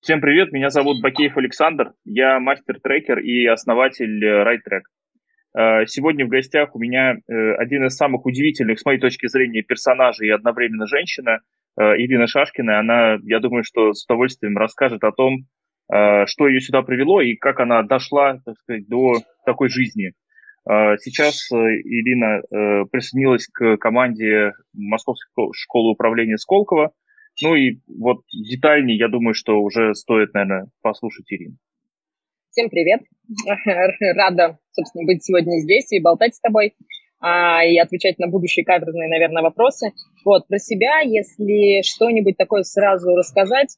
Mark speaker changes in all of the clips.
Speaker 1: Всем привет, меня зовут Бакеев Александр, я мастер-трекер и основатель RideTrack. Сегодня в гостях у меня один из самых удивительных, с моей точки зрения, персонажей и одновременно женщина, Ирина Шашкина. Она, я думаю, что с удовольствием расскажет о том, что ее сюда привело и как она дошла, так сказать, до такой жизни. Сейчас Ирина присоединилась к команде Московской школы управления Сколково. Ну и вот детальнее, я думаю, что уже стоит, наверное, послушать Ирину.
Speaker 2: Всем привет. Рада, собственно, быть сегодня здесь и болтать с тобой, и отвечать на будущие каверзные, наверное, вопросы. Вот, про себя, если что-нибудь такое сразу рассказать,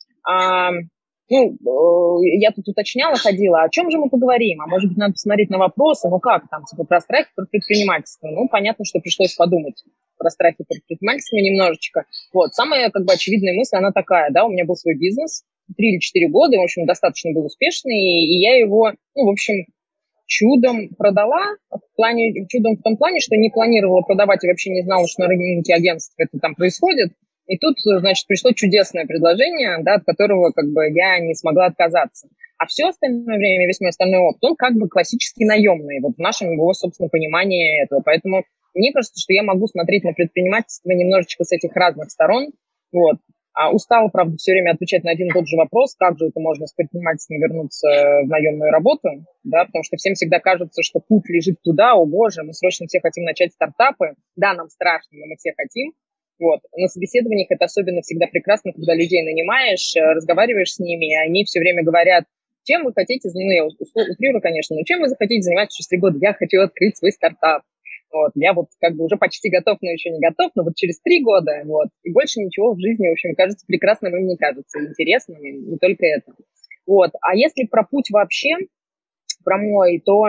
Speaker 2: я тут уточняла, ходила, о чем же мы поговорим? А может быть, надо посмотреть на вопросы, ну как там, типа про страхи, про предпринимательство. Ну, понятно, что пришлось подумать про страхи предпринимательства немножечко. Вот, самая, как бы, очевидная мысль, она такая, да, у меня был свой бизнес, 3 или 4 года, и, в общем, достаточно был успешный, и я его, в общем, чудом продала, чудом в том плане, что не планировала продавать и вообще не знала, что на рынке агентств это там происходит. И тут, значит, пришло чудесное предложение, да, от которого как бы я не смогла отказаться. А все остальное время, весь мой остальной опыт, он как бы классический наемный, вот в нашем его, собственно, понимании этого. Поэтому мне кажется, что я могу смотреть на предпринимательство немножечко с этих разных сторон. Вот. Устала, правда, все время отвечать на один и тот же вопрос, как же это можно с предпринимательством вернуться в наемную работу, да, потому что всем всегда кажется, что путь лежит туда, о боже, мы срочно все хотим начать стартапы, да, нам страшно, но мы все хотим. Вот. На собеседованиях это особенно всегда прекрасно, когда людей нанимаешь, разговариваешь с ними, и они все время говорят, чем вы хотите, я утрирую, конечно, но чем вы захотите заниматься через 3 года? Я хочу открыть свой стартап. Вот, я вот как бы уже почти готов, но еще не готов, но вот через 3 года, вот, и больше ничего в жизни, в общем, кажется прекрасным, им не кажется интересным, и не только это. Вот, а если про путь вообще, про мой, то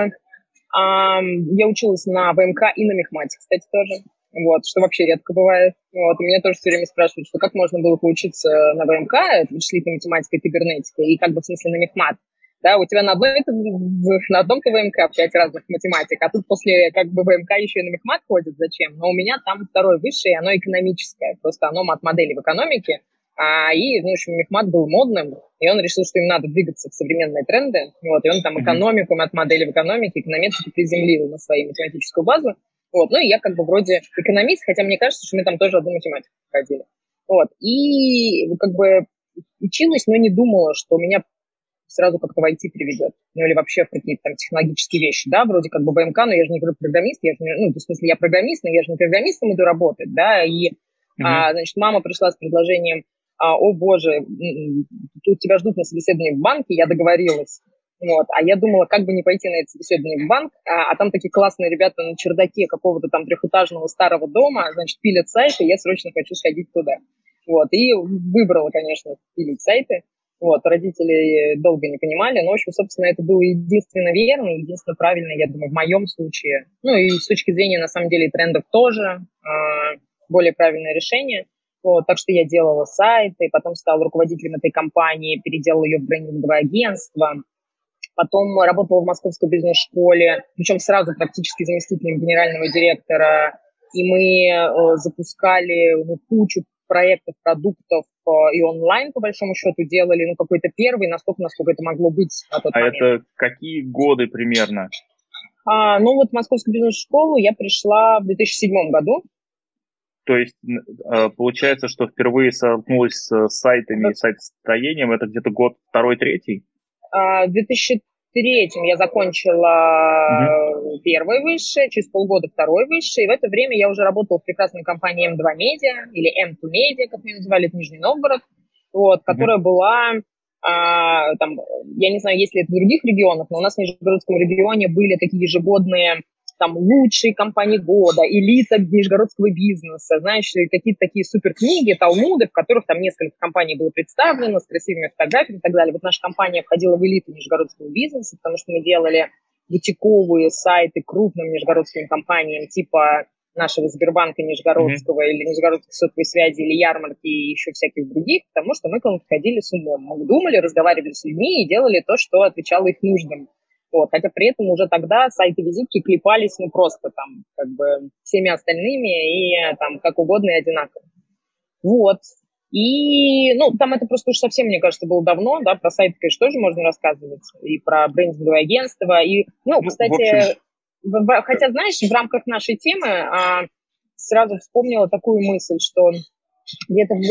Speaker 2: я училась на ВМК и на мехмате, кстати, тоже, вот, что вообще редко бывает. Вот, и меня тоже все время спрашивают, что как можно было поучиться на ВМК, это вычислительная математика и кибернетика, и как бы в смысле на мехмат. Да, у тебя на одном-то ВМК 5 разных математик, а тут после как бы ВМК еще и на мехмат ходит, зачем? Но у меня там второе высшее, оно экономическое, просто оно мат-модели в экономике, в общем, мехмат был модным, и он решил, что им надо двигаться в современные тренды, вот, и он там экономику, мат-модели в экономике, эконометрику приземлил на свою математическую базу, вот, ну, и я как бы вроде экономист, хотя мне кажется, что мы там тоже одну математику проходили, вот, и как бы училась, но не думала, что меня сразу как-то в IT приведет, ну, или вообще в какие-то там технологические вещи, да, вроде как бы ВМК, но я же не программист, в смысле, я программист, но я же не программистом иду работать, да, и, значит, мама пришла с предложением, о боже, тут тебя ждут на собеседовании в банке, я договорилась, вот, а я думала, как бы не пойти на это собеседование в банк, а там такие классные ребята на чердаке какого-то там трехэтажного старого дома, значит, пилят сайты, я срочно хочу сходить туда, вот, и выбрала, конечно, пилить сайты. Вот, родители долго не понимали, но, в общем, собственно, это было единственно верно, единственно правильно, я думаю, в моем случае. Ну, и с точки зрения, на самом деле, трендов тоже более правильное решение. Вот, так что я делала сайты, потом стала руководителем этой компании, переделала ее в брендинговое агентство, потом работала в Московской бизнес-школе, причем сразу практически заместителем генерального директора, и мы запускали кучу проектов, продуктов и онлайн, по большому счету, делали, какой-то первый, настолько, насколько это могло быть на тот момент.
Speaker 1: Это какие годы примерно?
Speaker 2: В Московскую бизнес-школу я пришла в 2007 году.
Speaker 1: То есть получается, что впервые столкнулась с сайтами и сайт-строением, это где-то год второй-третий?
Speaker 2: В 2003 я закончила первое высшее, через полгода второе высшее, и в это время я уже работала в прекрасной компании М2 Media, или M2 Media, как ее называли, это Нижний Новгород, вот, которая была, я не знаю, есть ли это в других регионах, но у нас в Нижегородском регионе были такие ежегодные там лучшие компании года, элита нижегородского бизнеса, знаешь, какие-то такие супер книги, талмуды, в которых там несколько компаний было представлено с красивыми фотографиями и так далее. Вот наша компания входила в элиту нижегородского бизнеса, потому что мы делали бутиковые сайты крупным нижегородским компаниям типа нашего Сбербанка Нижегородского или Нижегородской сотовой связи или ярмарки и еще всяких других, потому что мы к ним подходили с умом. Мы думали, разговаривали с людьми и делали то, что отвечало их нуждам. Вот, хотя при этом уже тогда сайты-визитки клепались просто там как бы всеми остальными и там как угодно и одинаково. Вот. И, ну, там это просто уж совсем, мне кажется, было давно, да, про сайт, конечно, тоже можно рассказывать, и про брендинговое агентство, и, ну, кстати, хотя, знаешь, в рамках нашей темы сразу вспомнила такую мысль, что где-то в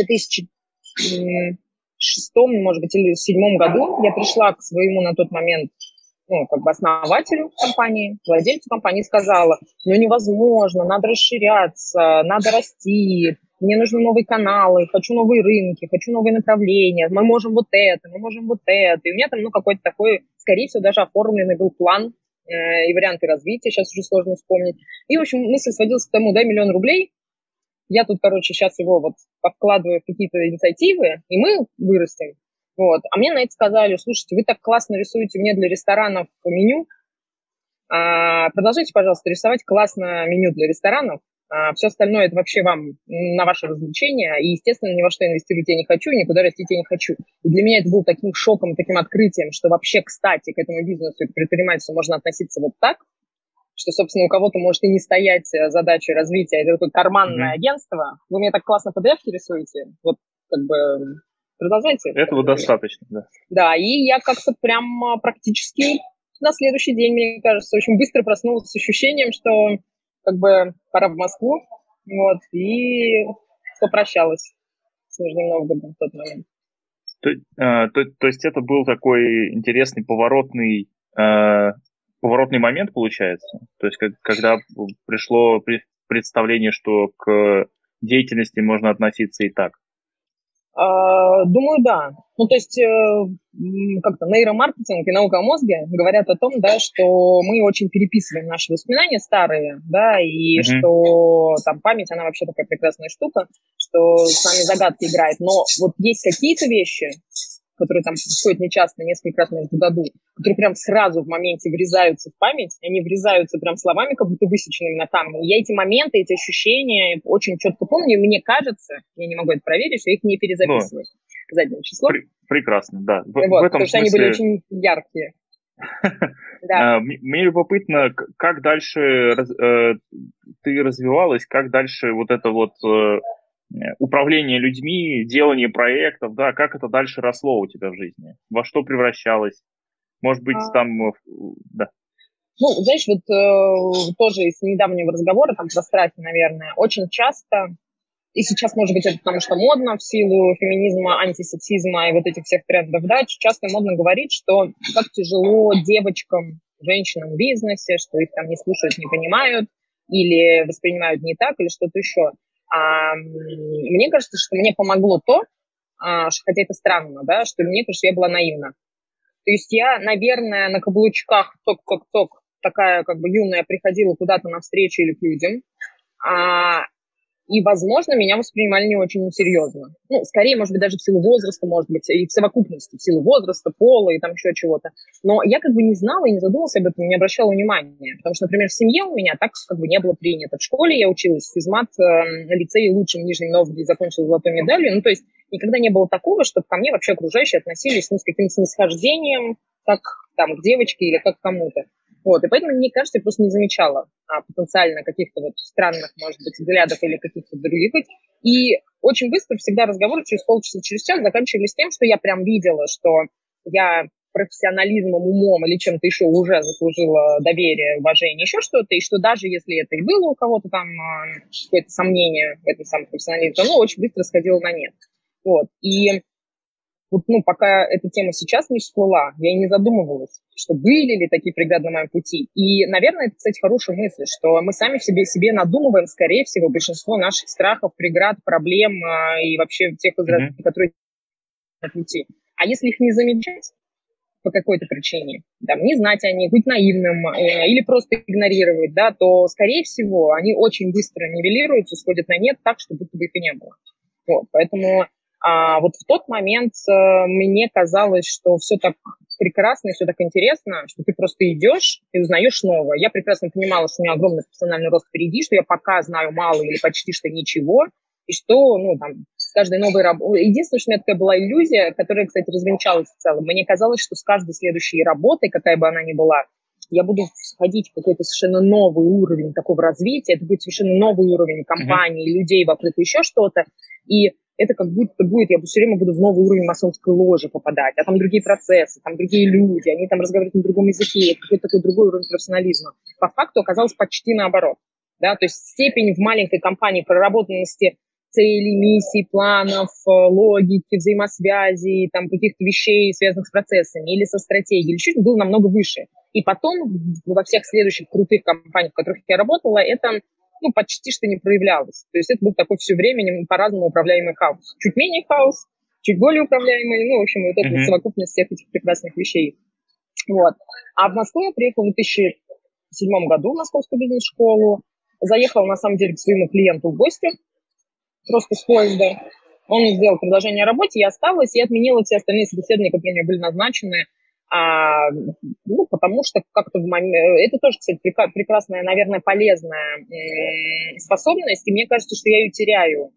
Speaker 2: 2006, может быть, или 2007 году я пришла к своему на тот момент, ну, как бы основателю компании, владельцу компании, сказала, ну, невозможно, надо расширяться, надо расти, мне нужны новые каналы, хочу новые рынки, хочу новые направления, мы можем вот это, мы можем вот это. И у меня там, ну, какой-то такой, скорее всего, даже оформленный был план и варианты развития, сейчас уже сложно вспомнить. И, в общем, мысль сводилась к тому, дай 1 000 000 рублей, я тут, короче, сейчас его вот подкладываю в какие-то инициативы, и мы вырастем. Вот. А мне на это сказали, слушайте, вы так классно рисуете мне для ресторанов меню, продолжайте, пожалуйста, рисовать классное меню для ресторанов, все остальное это вообще вам на ваше развлечение, и, естественно, ни во что инвестировать я не хочу, никуда растить я не хочу. И для меня это был таким шоком, таким открытием, что вообще, кстати, к этому бизнесу и к предпринимательству можно относиться вот так, что, собственно, у кого-то может и не стоять задача развития, это такое карманное агентство. Вы мне так классно PDF-ки рисуете, вот как бы продолжайте.
Speaker 1: Этого достаточно, да.
Speaker 2: Да, и я как-то прям практически на следующий день, мне кажется, очень быстро проснулась с ощущением, что как бы пора в Москву, вот, и попрощалась с Нижним Новгородом в тот момент.
Speaker 1: То есть это был такой интересный поворотный момент, получается? То есть когда пришло представление, что к деятельности можно относиться и так?
Speaker 2: Думаю, да. Ну, то есть как-то нейромаркетинг и наука о мозге говорят о том, да, что мы очень переписываем наши воспоминания старые, да, и что там память, она вообще такая прекрасная штука, что с нами загадки играет. Но вот есть какие-то вещи, которые там происходят нечасто, несколько раз, может, в году, которые прям сразу в моменте врезаются в память, они врезаются прям словами, как будто высеченными на камне. И я эти моменты, эти ощущения очень четко помню, и мне кажется, я не могу это проверить, что я их не перезаписываю задним числом.
Speaker 1: Прекрасно, да.
Speaker 2: В этом потому что они были очень яркие.
Speaker 1: Мне любопытно, как дальше ты развивалась, как дальше вот это вот управление людьми, делание проектов, да, как это дальше росло у тебя в жизни? Во что превращалось? Может быть, там, да.
Speaker 2: Ну, знаешь, вот тоже из недавнего разговора, там, про страхи, наверное, очень часто, и сейчас, может быть, это потому что модно в силу феминизма, антисексизма и вот этих всех трендов, да, часто модно говорить, что как тяжело девочкам, женщинам в бизнесе, что их там не слушают, не понимают, или воспринимают не так, или что-то еще. Мне кажется, что мне помогло то, хотя это странно, да, что мне кажется, что я была наивна. То есть я, наверное, на каблучках ток-ток-ток, такая как бы юная, приходила куда-то на встречу или к людям, и, возможно, меня воспринимали не очень серьезно. Ну, скорее, может быть, даже в силу возраста, может быть, и в совокупности, в силу возраста, пола и там еще чего-то. Но я как бы не знала и не задумывалась об этом, не обращала внимания. Потому что, например, в семье у меня так как бы не было принято. В школе я училась, физмат, лицее лучшем в Нижнем Новгороде, закончила золотой медалью. Ну, то есть никогда не было такого, чтобы ко мне вообще окружающие относились с каким-то снисхождением, как там к девочке или как к кому-то. Вот, и поэтому, мне кажется, я просто не замечала потенциально каких-то вот странных, может быть, взглядов или каких-то других. И очень быстро всегда разговоры через полчаса, через час заканчивались тем, что я прям видела, что я профессионализмом, умом или чем-то еще уже заслужила доверие, уважение, еще что-то, и что даже если это и было у кого-то там какое-то сомнение в этом самом профессионализме, то оно очень быстро сходило на нет. Вот, и вот, ну, пока эта тема сейчас не всплыла, я и не задумывалась, что были ли такие преграды на моем пути. И, наверное, это, кстати, хорошая мысль, что мы сами себе надумываем, скорее всего, большинство наших страхов, преград, проблем и вообще тех возрастов, которые на пути. А если их не замечать по какой-то причине, там, не знать о них, быть наивным или просто игнорировать, да, то, скорее всего, они очень быстро нивелируются, сходят на нет так, что будто бы их и не было. Вот, поэтому... вот в тот момент мне казалось, что все так прекрасно и все так интересно, что ты просто идешь и узнаешь новое. Я прекрасно понимала, что у меня огромный профессиональный рост впереди, что я пока знаю мало или почти что ничего, и что, ну, там, с каждой новой работой... Единственное, что у меня такая была иллюзия, которая, кстати, развенчалась в целом. Мне казалось, что с каждой следующей работой, какая бы она ни была, я буду входить в какой-то совершенно новый уровень такого развития, это будет совершенно новый уровень компании, людей вокруг, еще что-то. И это как будто будет, я все время буду в новый уровень масонской ложи попадать, а там другие процессы, там другие люди, они там разговаривают на другом языке, это какой-то такой другой уровень профессионализма. По факту оказалось почти наоборот. Да? То есть степень в маленькой компании проработанности целей, миссий, планов, логики, взаимосвязей, там, каких-то вещей, связанных с процессами или со стратегией, или чуть было намного выше. И потом во всех следующих крутых компаниях, в которых я работала, это почти что не проявлялось. То есть это был такой все время по-разному управляемый хаос. Чуть менее хаос, чуть более управляемый, в общем, вот это совокупность всех этих прекрасных вещей. Вот. А в Москву я приехала в 2007 году в Московскую бизнес-школу, заехала, на самом деле, к своему клиенту в гости, просто с поезда. Он сделал предложение о работе, я осталась и отменила все остальные собеседования, которые мне были назначены, потому что как-то в момент... Это тоже, кстати, прекрасная, наверное, полезная способность, и мне кажется, что я ее теряю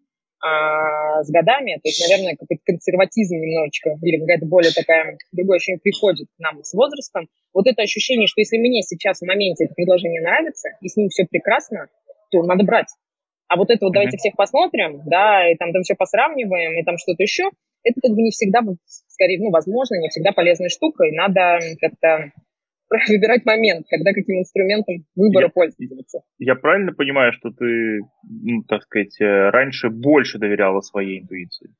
Speaker 2: с годами, то есть, наверное, какой-то консерватизм немножечко, или какая-то более такая, другое ощущение приходит к нам с возрастом. Вот это ощущение, что если мне сейчас в моменте это предложение нравится, и с ним все прекрасно, то надо брать. А вот это вот давайте всех посмотрим, да, и там все посравниваем, и там что-то еще, это как бы не всегда, скорее, возможно, не всегда полезная штука, и надо как-то выбирать момент, когда каким инструментом выбора пользоваться.
Speaker 1: Я правильно понимаю, что ты, так сказать, раньше больше доверяла своей интуиции?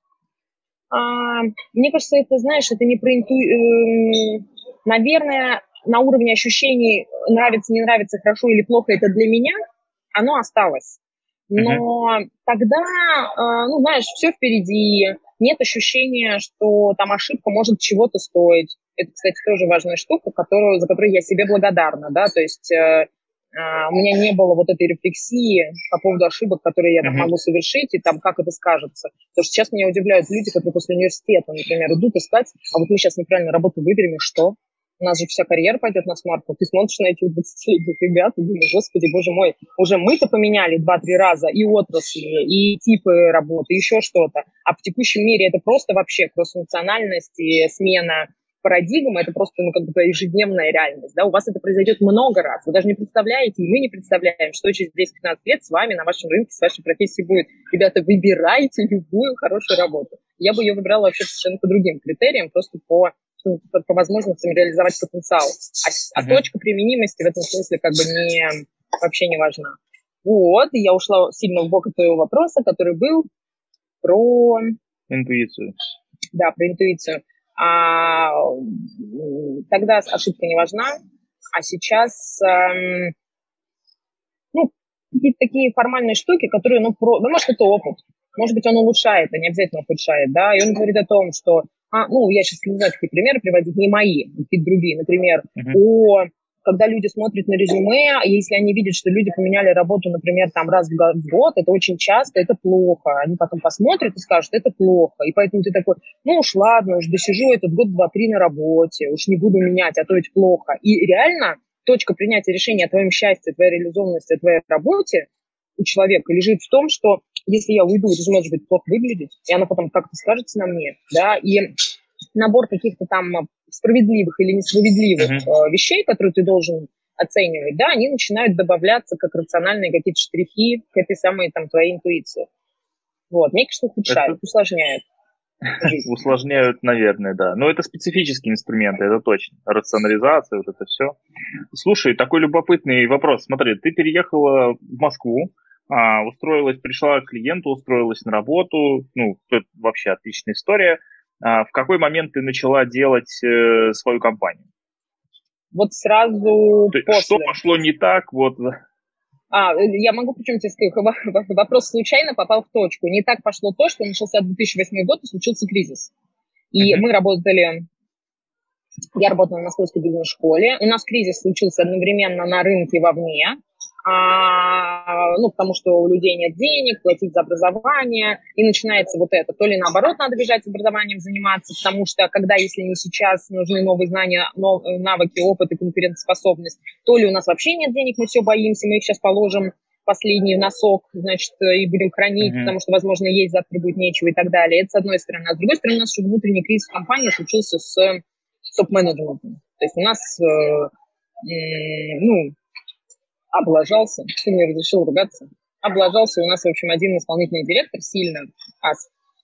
Speaker 2: Мне кажется, это, знаешь, это не про интуицию. Наверное, на уровне ощущений нравится, не нравится, хорошо или плохо, это для меня, оно осталось. Но тогда, знаешь, все впереди, нет ощущения, что там ошибка может чего-то стоить. Это, кстати, тоже важная штука, за которую я себе благодарна, да, то есть у меня не было вот этой рефлексии по поводу ошибок, которые я там могу совершить, и там как это скажется. Потому что сейчас меня удивляют люди, которые после университета, например, идут искать, а вот мы сейчас неправильно работу выберем, и что? У нас же вся карьера пойдет на смарку. Ты смотришь на этих 20-летних ребят и думаешь, господи, боже мой, уже мы-то поменяли 2-3 раза и отрасли, и типы работы, и еще что-то. А в текущем мире это просто вообще кросс-функциональность и смена парадигмы, это просто ежедневная реальность. Да? У вас это произойдет много раз. Вы даже не представляете, и мы не представляем, что через 10-15 лет с вами на вашем рынке, с вашей профессией будет. Ребята, выбирайте любую хорошую работу. Я бы ее выбирала вообще совершенно по другим критериям, просто по возможностям реализовать потенциал. А точка применимости в этом смысле вообще не важна. Вот, и я ушла сильно в бок от твоего вопроса, который был про...
Speaker 1: Интуицию.
Speaker 2: Да, про интуицию. Тогда ошибка не важна, а сейчас какие-то такие формальные штуки, которые, может, это опыт, может быть, он улучшает, а не обязательно ухудшает, да, и он говорит о том, что, я сейчас не знаю, какие примеры приводить, не мои, какие-то другие, например, когда люди смотрят на резюме, если они видят, что люди поменяли работу, например, там раз в год, это очень часто, это плохо. Они потом посмотрят и скажут, это плохо. И поэтому ты такой, уж ладно, уж досижу этот год, 2-3 на работе, уж не буду менять, а то ведь плохо. И реально точка принятия решения о твоем счастье, твоей реализованности, о твоей работе у человека лежит в том, что если я уйду, резюме может быть плохо выглядеть, и оно потом как-то скажется на мне, да, и набор каких-то там справедливых или несправедливых вещей, которые ты должен оценивать, да, они начинают добавляться как рациональные какие-то штрихи к этой самой там твоей интуиции. Вот, мне кажется, ухудшают, усложняют.
Speaker 1: Усложняют, наверное, да. Но это специфические инструменты, это точно. Рационализация, вот это все. Слушай, такой любопытный вопрос. Смотри, ты переехала в Москву, пришла к клиенту, устроилась на работу. Это вообще отличная история. В какой момент ты начала делать свою компанию?
Speaker 2: Вот сразу после.
Speaker 1: Что пошло не так?
Speaker 2: Я могу причем тебе сказать, вопрос случайно попал в точку. Не так пошло то, что начался 2008 год и случился кризис. И я работала на Московской бизнес-школе. У нас кризис случился одновременно на рынке и вовне. Потому что у людей нет денег, платить за образование, и начинается вот это. То ли наоборот надо бежать образованием заниматься, потому что когда, если не сейчас, нужны новые знания, навыки, опыт и конкурентоспособность, то ли у нас вообще нет денег, мы все боимся, мы их сейчас положим последний носок, значит, и будем хранить, потому что, возможно, есть завтра будет нечего и так далее. Это с одной стороны. А с другой стороны, у нас еще внутренний кризис в компании случился с топ-менеджментом. То есть у нас, облажался, ты мне разрешил ругаться, облажался у нас, в общем, один исполнительный директор сильно,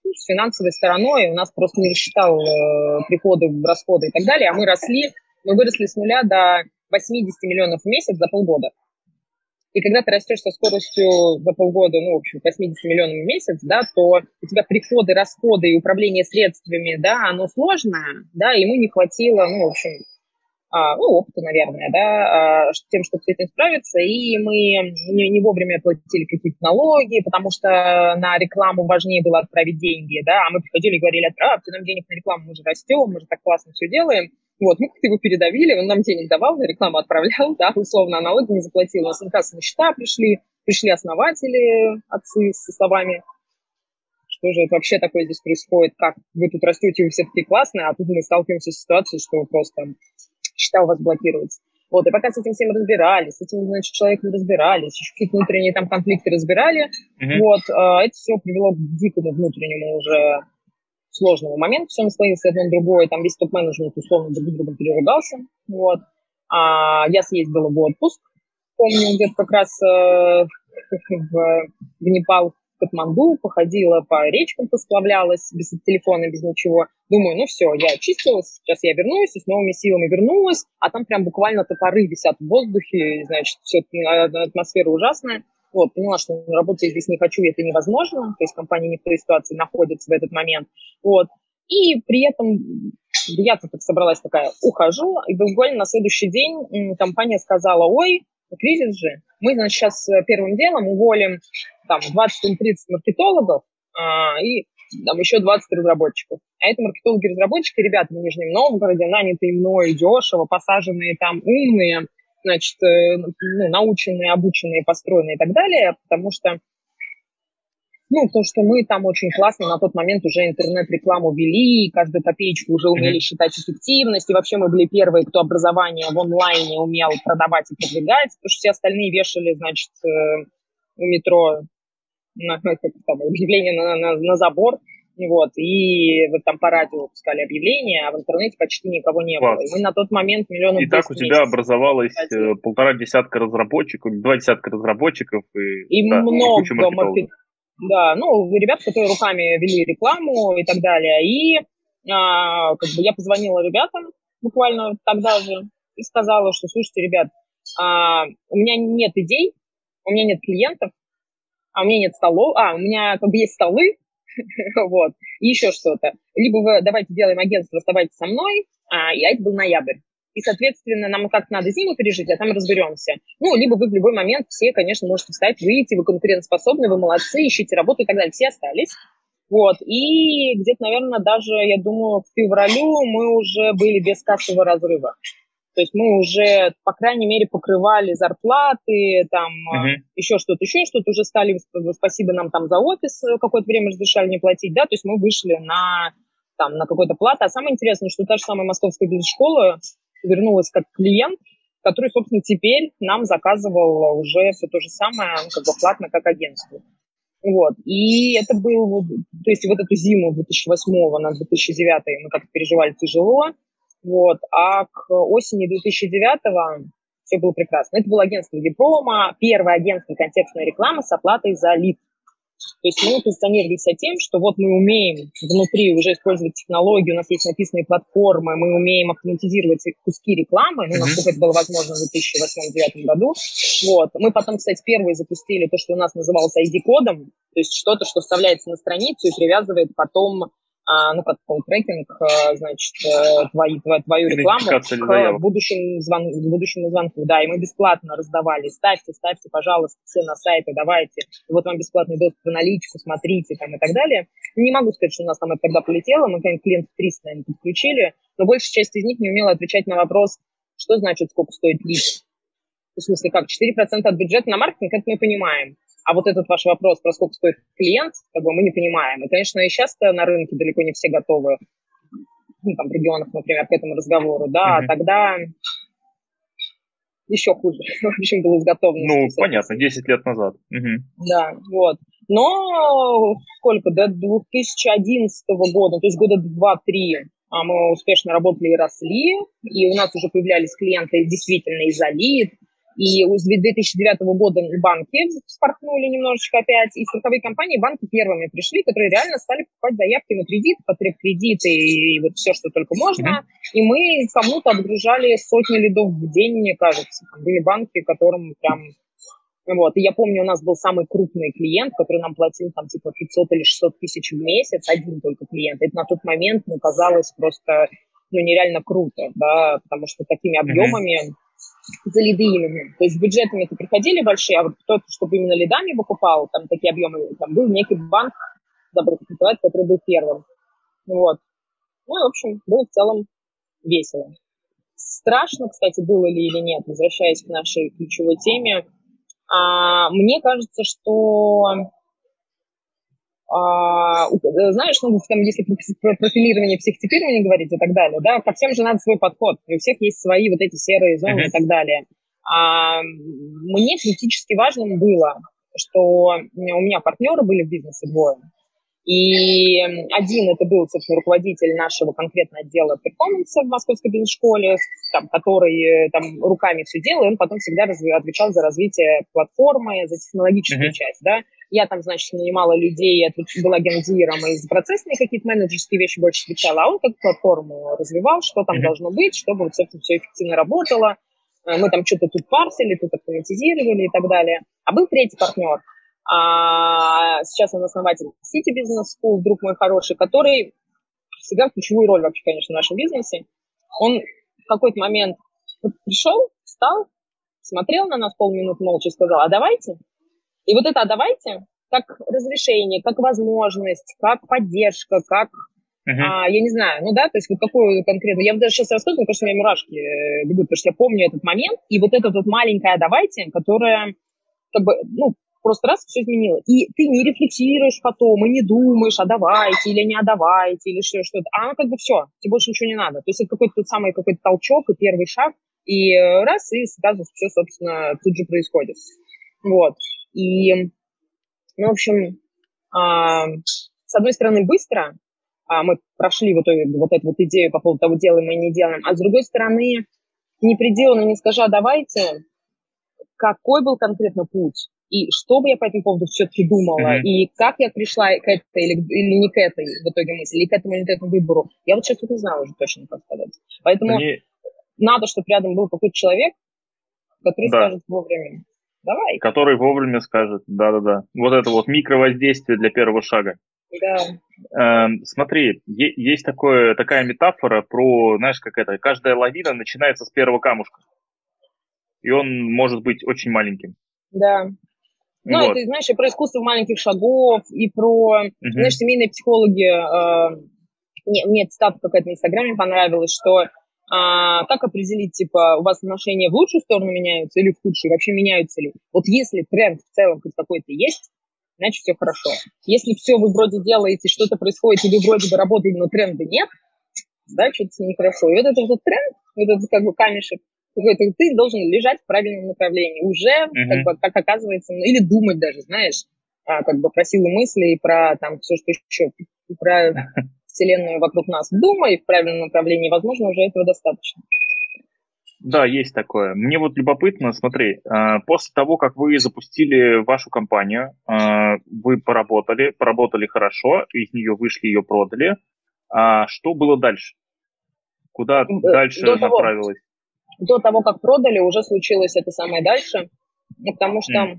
Speaker 2: с финансовой стороной, у нас просто не рассчитал приходы, расходы и так далее, а мы выросли с нуля до 80 миллионов в месяц за полгода. И когда ты растешь со скоростью за полгода, ну, в общем, 80 миллионов в месяц, да, то у тебя приходы, расходы и управление средствами, да, оно сложное, да, ему не хватило, ну, в общем, опыта, наверное, да, тем, чтобы с этим справиться, и мы не вовремя платили какие-то налоги, потому что на рекламу важнее было отправить деньги, да, а мы приходили и говорили: отправьте нам денег на рекламу, мы же растем, мы же так классно все делаем. Вот, мы как-то его передавили, он нам денег давал, на рекламу отправлял, да, условно, а налоги не заплатил. У нас инкассовые счета пришли основатели, отцы со словами: что же это вообще такое здесь происходит, как вы тут растете, вы все такие классные, а тут мы сталкиваемся с ситуацией, что просто счета у вас блокируются. Вот, и пока с этим всем разбирались, с этим, значит, человеком разбирались, еще какие-то внутренние там конфликты разбирали, вот, это все привело к дикому внутреннему уже сложному моменту, все наслоилось одно на другое, там весь топ-менеджмент условно друг с другом переругался, вот. Я съездила в отпуск, помню, где-то как раз в Непал, в Катманду, походила по речкам, посплавлялась без телефона, без ничего. Думаю, ну все, я очистилась, сейчас я вернусь, и с новыми силами вернулась, а там прям буквально топоры висят в воздухе, значит, все, атмосфера ужасная. Вот, поняла, что работать здесь не хочу, это невозможно, то есть компания не в той ситуации находится в этот момент. Вот. И при этом я-то так собралась такая, ухожу, и буквально на следующий день компания сказала: ой, кризис же, мы, значит, сейчас первым делом уволим там 20-30 маркетологов и там еще 20 разработчиков. А это маркетологи-разработчики, ребята в Нижнем Новгороде, нанятые мной дешево, посаженные там, умные, значит, наученные, обученные, построенные и так далее, потому что мы там очень классно на тот момент уже интернет-рекламу вели, каждую копеечку уже умели считать эффективность, и вообще мы были первые, кто образование в онлайне умел продавать и продвигать, потому что все остальные вешали, значит, у метро объявление на забор, вот, и вот там по радио пускали объявления, а в интернете почти никого не было. И мы на тот момент миллионов.
Speaker 1: И так у тебя образовалось 1,5 десятка разработчиков, 2 десятка разработчиков и
Speaker 2: много маркетологов. Да, ребят, которые руками вели рекламу и так далее. И я позвонила ребятам буквально тогда же и сказала, что: слушайте, ребят, у меня нет идей, у меня нет клиентов, у меня нет столов, у меня есть столы, вот, и еще что-то. Либо вы давайте делаем агентство, оставайтесь со мной, и это был ноябрь. И, соответственно, нам как-то надо зиму пережить, а там разберемся. Либо вы в любой момент все, конечно, можете встать, выйти, вы конкурентоспособны, вы молодцы, ищите работу и так далее. Все остались. Вот, и где-то, наверное, даже, я думаю, к февралю мы уже были без кассового разрыва. То есть мы уже, по крайней мере, покрывали зарплаты, там, еще что-то, уже стали, спасибо нам там за офис, какое-то время разрешали не платить, да, то есть мы вышли на какой-то плату. А самое интересное, что та же самая Московская бизнес-школа вернулась как клиент, который, собственно, теперь нам заказывал уже все то же самое, платно, как агентство. Вот, и это был, то есть вот эту зиму 2008 на 2009 мы как-то переживали тяжело. Вот, а к осени 2009-го все было прекрасно. Это было агентство диплома, первое агентство контекстной рекламы с оплатой за лид. То есть мы позиционировали себя тем, что вот мы умеем внутри уже использовать технологии, у нас есть написанные платформы, мы умеем автоматизировать куски рекламы, насколько это было возможно в 2008-2009 году. Вот. Мы потом, кстати, первые запустили то, что у нас называлось ID-кодом, то есть что-то, что вставляется на страницу и привязывает потом протокол трекинг, значит, твою рекламу к будущему звонку. Да, и мы бесплатно раздавали. Ставьте, пожалуйста, все на сайты, давайте. Вот вам бесплатный доступ в аналитику, смотрите там и так далее. Не могу сказать, что у нас там это тогда полетело, мы, конечно, клиентов 300, наверное, подключили, но большая часть из них не умела отвечать на вопрос, что значит, сколько стоит лид. В смысле, как, 4% от бюджета на маркетинг, это мы понимаем. А вот этот ваш вопрос, про сколько стоит клиент, мы не понимаем. И, конечно, и сейчас-то на рынке далеко не все готовы, в регионах, например, к этому разговору, да, а тогда еще хуже, в общем, было с готовностью.
Speaker 1: Понятно, 10 лет назад.
Speaker 2: Да, вот. Но до 2011 года, то есть года 2-3, мы успешно работали и росли, и у нас уже появлялись клиенты действительно из-за лид, И с 2009 года банки вспорхнули немножечко опять, и страховые компании, банки первыми пришли, которые реально стали покупать заявки на кредит, потребкредиты и вот все, что только можно. И мы кому-то отгружали сотни лидов в день, мне кажется. Там были банки, которым прям... Вот. И я помню, у нас был самый крупный клиент, который нам платил там типа 500 или 600 тысяч в месяц, один только клиент. Это на тот момент, ну, казалось просто нереально круто, да, потому что такими объемами за лиды именно. То есть с бюджетами-то приходили большие, а вот кто-то, чтобы именно лидами покупал, там такие объемы, там был некий банк, забыл как называется, который был первым. Вот. Ну, в общем, было в целом весело. Страшно, кстати, было ли или нет, возвращаясь к нашей ключевой теме, мне кажется, что знаешь, ну, там, если про профилирование, психотипирование говорить и так далее, да, ко всем же надо свой подход, и у всех есть свои вот эти серые зоны и так далее. Мне критически важным было, что у меня партнеры были в бизнесе двое, и один это был, собственно, руководитель нашего конкретно отдела перформанса в Московской бизнес-школе, там, который там руками все делал, и он потом всегда отвечал за развитие платформы, за технологическую часть, да. Я там, значит, нанимала людей, была гендиром, и за процессные какие-то менеджерские вещи больше отвечала, а он как платформу развивал, что там должно быть, чтобы вот, собственно, все эффективно работало. Мы там что-то тут парсили, тут автоматизировали и так далее. А был третий партнер. Сейчас он основатель City Business School, друг мой хороший, который всегда ключевую роль вообще, конечно, в нашем бизнесе. Он в какой-то момент пришел, встал, смотрел на нас полминуты молча и сказал: а давайте. И вот это «а давайте» как разрешение, как возможность, как поддержка, как, я не знаю, ну да, то есть вот какую конкретно, я даже сейчас рассказываю, мне кажется, у меня мурашки бегут, потому что я помню этот момент, и вот это вот маленькое «а давайте», которое как бы, ну, просто раз все изменило. И ты не рефлексируешь потом, и не думаешь, а давайте, или не а давайте, или что-то. А оно как бы все, тебе больше ничего не надо. То есть это какой-то тот самый какой-то толчок и первый шаг, и раз, и сразу все, собственно, тут же происходит. Вот. И, ну, в общем, с одной стороны, быстро мы прошли в итоге вот эту вот идею по поводу того, делаем мы и не делаем, а с другой стороны, не пределно, не скажа «а давайте», какой был конкретно путь, и что бы я по этому поводу все-таки думала, и как я пришла к этой или не к этой в итоге мысли, или к этому или к этому выбору. Я вот сейчас тут не знаю уже точно, как сказать. Поэтому надо, чтобы рядом был какой-то человек, который скажет вовремя. Давай.
Speaker 1: Который вовремя скажет, да-да-да. Вот это вот микровоздействие для первого шага.
Speaker 2: Да.
Speaker 1: Смотри, есть такая метафора про, знаешь, как это, каждая лавина начинается с первого камушка. И он может быть очень маленьким.
Speaker 2: Да. Ну, вот. Это, знаешь, и про искусство маленьких шагов, и про, знаешь, семейные психологи. Мне цитата какая-то в Инстаграме понравилась, что как определить, типа, у вас отношения в лучшую сторону меняются или в худшую, вообще меняются ли? Вот если тренд в целом хоть какой-то есть, значит, все хорошо. Если все вы вроде делаете, что-то происходит, или вроде бы работаете, но тренда нет, значит, нехорошо. И вот этот вот тренд, вот этот как бы камешек, какой-то ты должен лежать в правильном направлении. Уже, как бы, как оказывается, ну, или думать даже, знаешь, как бы про силу мысли и про там все, что еще, и про вселенную вокруг нас. Думай в правильном направлении, возможно, уже этого достаточно.
Speaker 1: Да, есть такое. Мне вот любопытно, смотри, после того, как вы запустили вашу компанию, вы поработали хорошо, из нее вышли, ее продали. Что было дальше? Куда дальше направилось?
Speaker 2: До того, как продали, уже случилось это самое дальше, потому что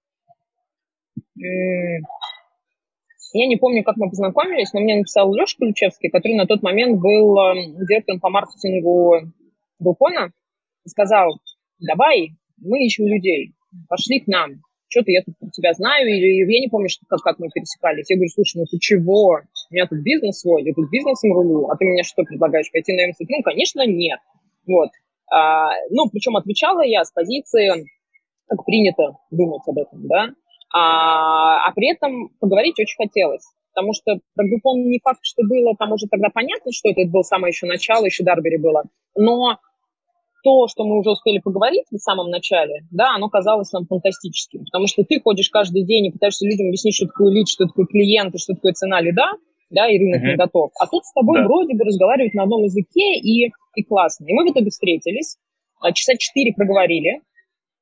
Speaker 2: я не помню, как мы познакомились, но мне написал Леша Ключевский, который на тот момент был директором по маркетингу Groupon, и сказал: давай, мы ищем людей, пошли к нам, что-то я тут про тебя знаю, или я не помню, как мы пересекались. Я говорю: слушай, ну ты чего? У меня тут бизнес свой, я тут бизнесом рулю, а ты мне что предлагаешь, пойти на МСТ? Ну, конечно, нет. Вот. Ну, причем отвечала я с позиции, как принято думать об этом, да, а при этом поговорить очень хотелось, потому что про Groupon не факт, что было, там уже тогда понятно, что это было самое еще начало, еще Дарбери было, но то, что мы уже успели поговорить в самом начале, да, оно казалось нам фантастическим, потому что ты ходишь каждый день и пытаешься людям объяснить, что такое лид, что такое клиент, что такое цена лида, да, и рынок не готов. А тут с тобой вроде бы разговаривают на одном языке и классно. И мы в итоге встретились, часа 4 проговорили,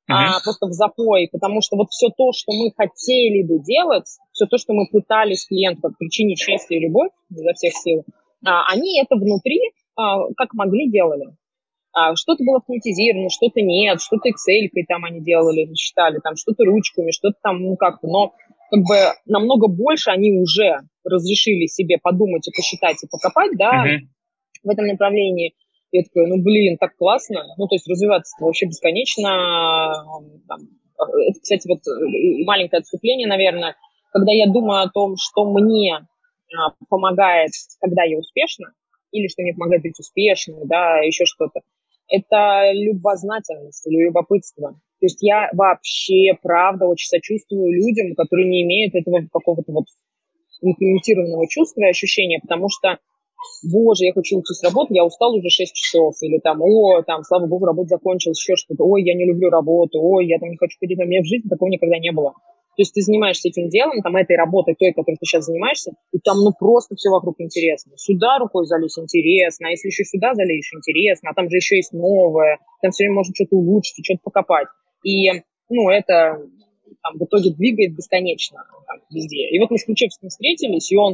Speaker 2: просто в запой, потому что вот все то, что мы хотели бы делать, все то, что мы пытались клиенту как причинить счастье и любовь изо всех сил, они это внутри как могли делали. Что-то было автоматизировано, что-то нет, что-то Excel-кой там они делали, считали, там что-то ручками, что-то там, ну как-то, но как бы намного больше они уже разрешили себе подумать и посчитать и покопать, да, в этом направлении. Я такая, ну, блин, так классно. Ну, то есть развиваться вообще бесконечно. Там, это, кстати, вот маленькое отступление, наверное. Когда я думаю о том, что мне помогает, когда я успешна, или что мне помогает быть успешной, да, еще что-то, это любознательность или любопытство. То есть я вообще, правда, очень сочувствую людям, которые не имеют этого какого-то вот имплементированного чувства и ощущения, потому что, боже, я хочу уйти с работы, я устал уже 6 часов, или там, там, слава богу, работа закончилась, еще что-то, ой, я не люблю работу, ой, я там не хочу ходить, у меня в жизни такого никогда не было. То есть ты занимаешься этим делом, там, этой работой, той, которой ты сейчас занимаешься, и там, ну, просто все вокруг интересно. Сюда рукой залезть интересно, а если еще сюда залезешь, интересно, а там же еще есть новое, там все время можно что-то улучшить, что-то покопать. И, ну, это там, в итоге двигает бесконечно там, везде. И вот мы с Ключевским встретились, и он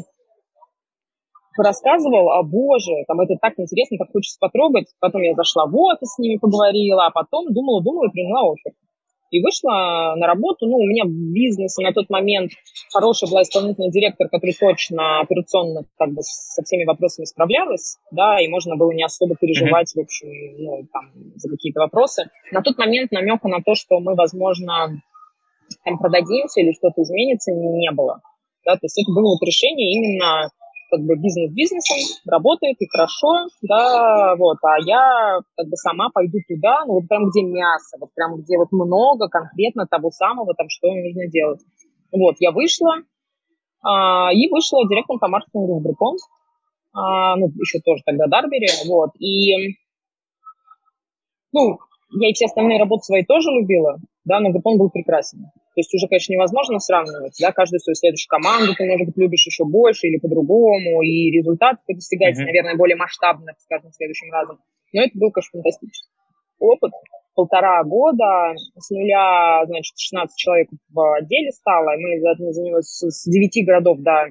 Speaker 2: рассказывал, боже, там это так интересно, так хочется потрогать. Потом я зашла в офис с ними, поговорила, а потом думала и приняла оффер. И вышла на работу. Ну, у меня в бизнесе на тот момент хорошая была исполнительный директор, который точно операционно как бы со всеми вопросами справлялась, да, и можно было не особо переживать, в общем, ну, там, за какие-то вопросы. На тот момент намека на то, что мы, возможно, там продадимся или что-то изменится, не было. Да, то есть это было вот решение именно как бы бизнес бизнесом, работает и хорошо, да, вот, а я как бы сама пойду туда, ну вот прям где мясо, вот прям где вот много конкретно того самого, там, что нужно делать. Вот, я вышла, и вышла директором по маркетингу в Groupon, ну, еще тоже тогда Дарбери, вот, и, ну, я и все остальные работы свои тоже любила, да, но Groupon был прекрасен. То есть уже, конечно, невозможно сравнивать, да, каждую свою следующую команду ты, может быть, любишь еще больше или по-другому, и результат достигается, наверное, более масштабно, скажем, следующим разом. Но это был, конечно, фантастический опыт. 1,5 года, с нуля, значит, 16 человек в отделе стало, и мы занимались с 9 городов до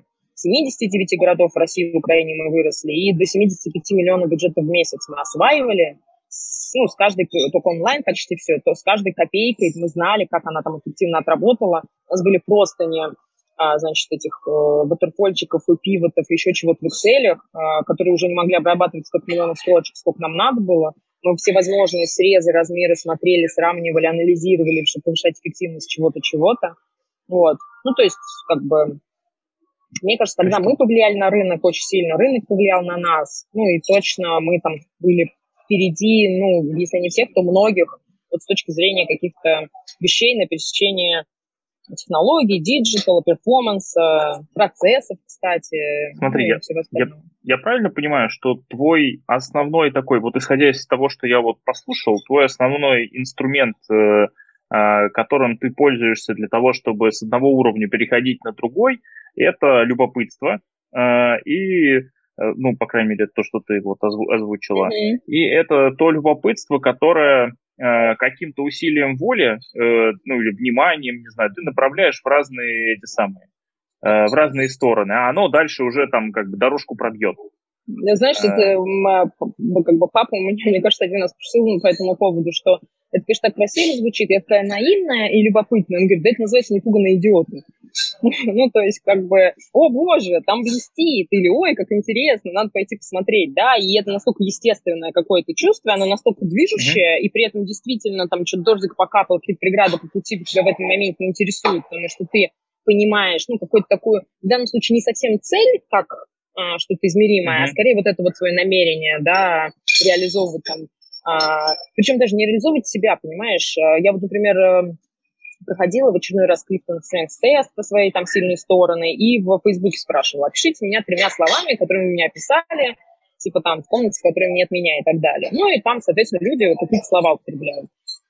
Speaker 2: 79 городов в России и в Украине мы выросли, и до 75 миллионов бюджетов в месяц мы осваивали. Ну, с каждой, только онлайн почти все, то с каждой копейкой мы знали, как она там эффективно отработала. У нас были простыни, значит, этих ватерфольчиков и пивотов, еще чего-то в Excel, которые уже не могли обрабатывать столько миллионов строчек, сколько нам надо было. Мы все возможные срезы, размеры смотрели, сравнивали, анализировали, чтобы повышать эффективность чего-то. Вот. Ну, то есть, как бы, мне кажется, тогда мы повлияли на рынок очень сильно, рынок повлиял на нас. Ну, и точно мы там были впереди, ну, если не всех, то многих, вот с точки зрения каких-то вещей на пересечении технологий, диджитала, перформанса, процессов, кстати.
Speaker 1: Смотри,
Speaker 2: ну,
Speaker 1: я правильно понимаю, что твой основной такой, вот исходя из того, что я вот послушал, твой основной инструмент, которым ты пользуешься для того, чтобы с одного уровня переходить на другой, это любопытство и, ну, по крайней мере, то, что ты вот озвучила. И это то любопытство, которое каким-то усилием воли, ну, или вниманием, не знаю, ты направляешь в разные эти самые, в разные стороны, а оно дальше уже там как бы дорожку пробьет.
Speaker 2: Знаешь, это как бы папа у меня, мне кажется, один раз пошутил по этому поводу, что это, конечно, так красиво звучит, я такая наивная и любопытная. Он говорит, да это называется непуганные идиоты. Ну, то есть, как бы, о, боже, там блестит, или ой, как интересно, надо пойти посмотреть, да, и это настолько естественное какое-то чувство, оно настолько движущее, и при этом действительно там что-то дождик покапал, какие-то преграды по пути тебя в этот момент не интересуют, потому что ты понимаешь, ну, какую-то такую, в данном случае не совсем цель, как что-то измеримое, а скорее вот это вот свое намерение, да, реализовывать там, причем даже не реализовывать себя, понимаешь, я вот, например, проходила в очередной раз Clifton Strengths тест по своей там сильной стороны и в Фейсбуке спрашивала, опишите меня 3 словами, которыми меня описали, типа там в комнате, в которой нет меня и так далее. Ну и там, соответственно, люди вот какие-то слова употребляют.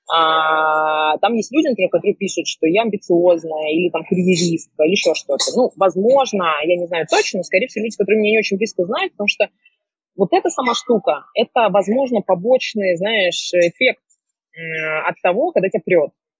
Speaker 2: Там есть люди, например, которые пишут, что я амбициозная или там карьеристка или еще что-то. Ну, возможно, я не знаю точно, но, скорее всего, люди, которые меня не очень близко знают, потому что вот эта сама штука, это, возможно, побочный, знаешь, эффект от того, когда тебя прет.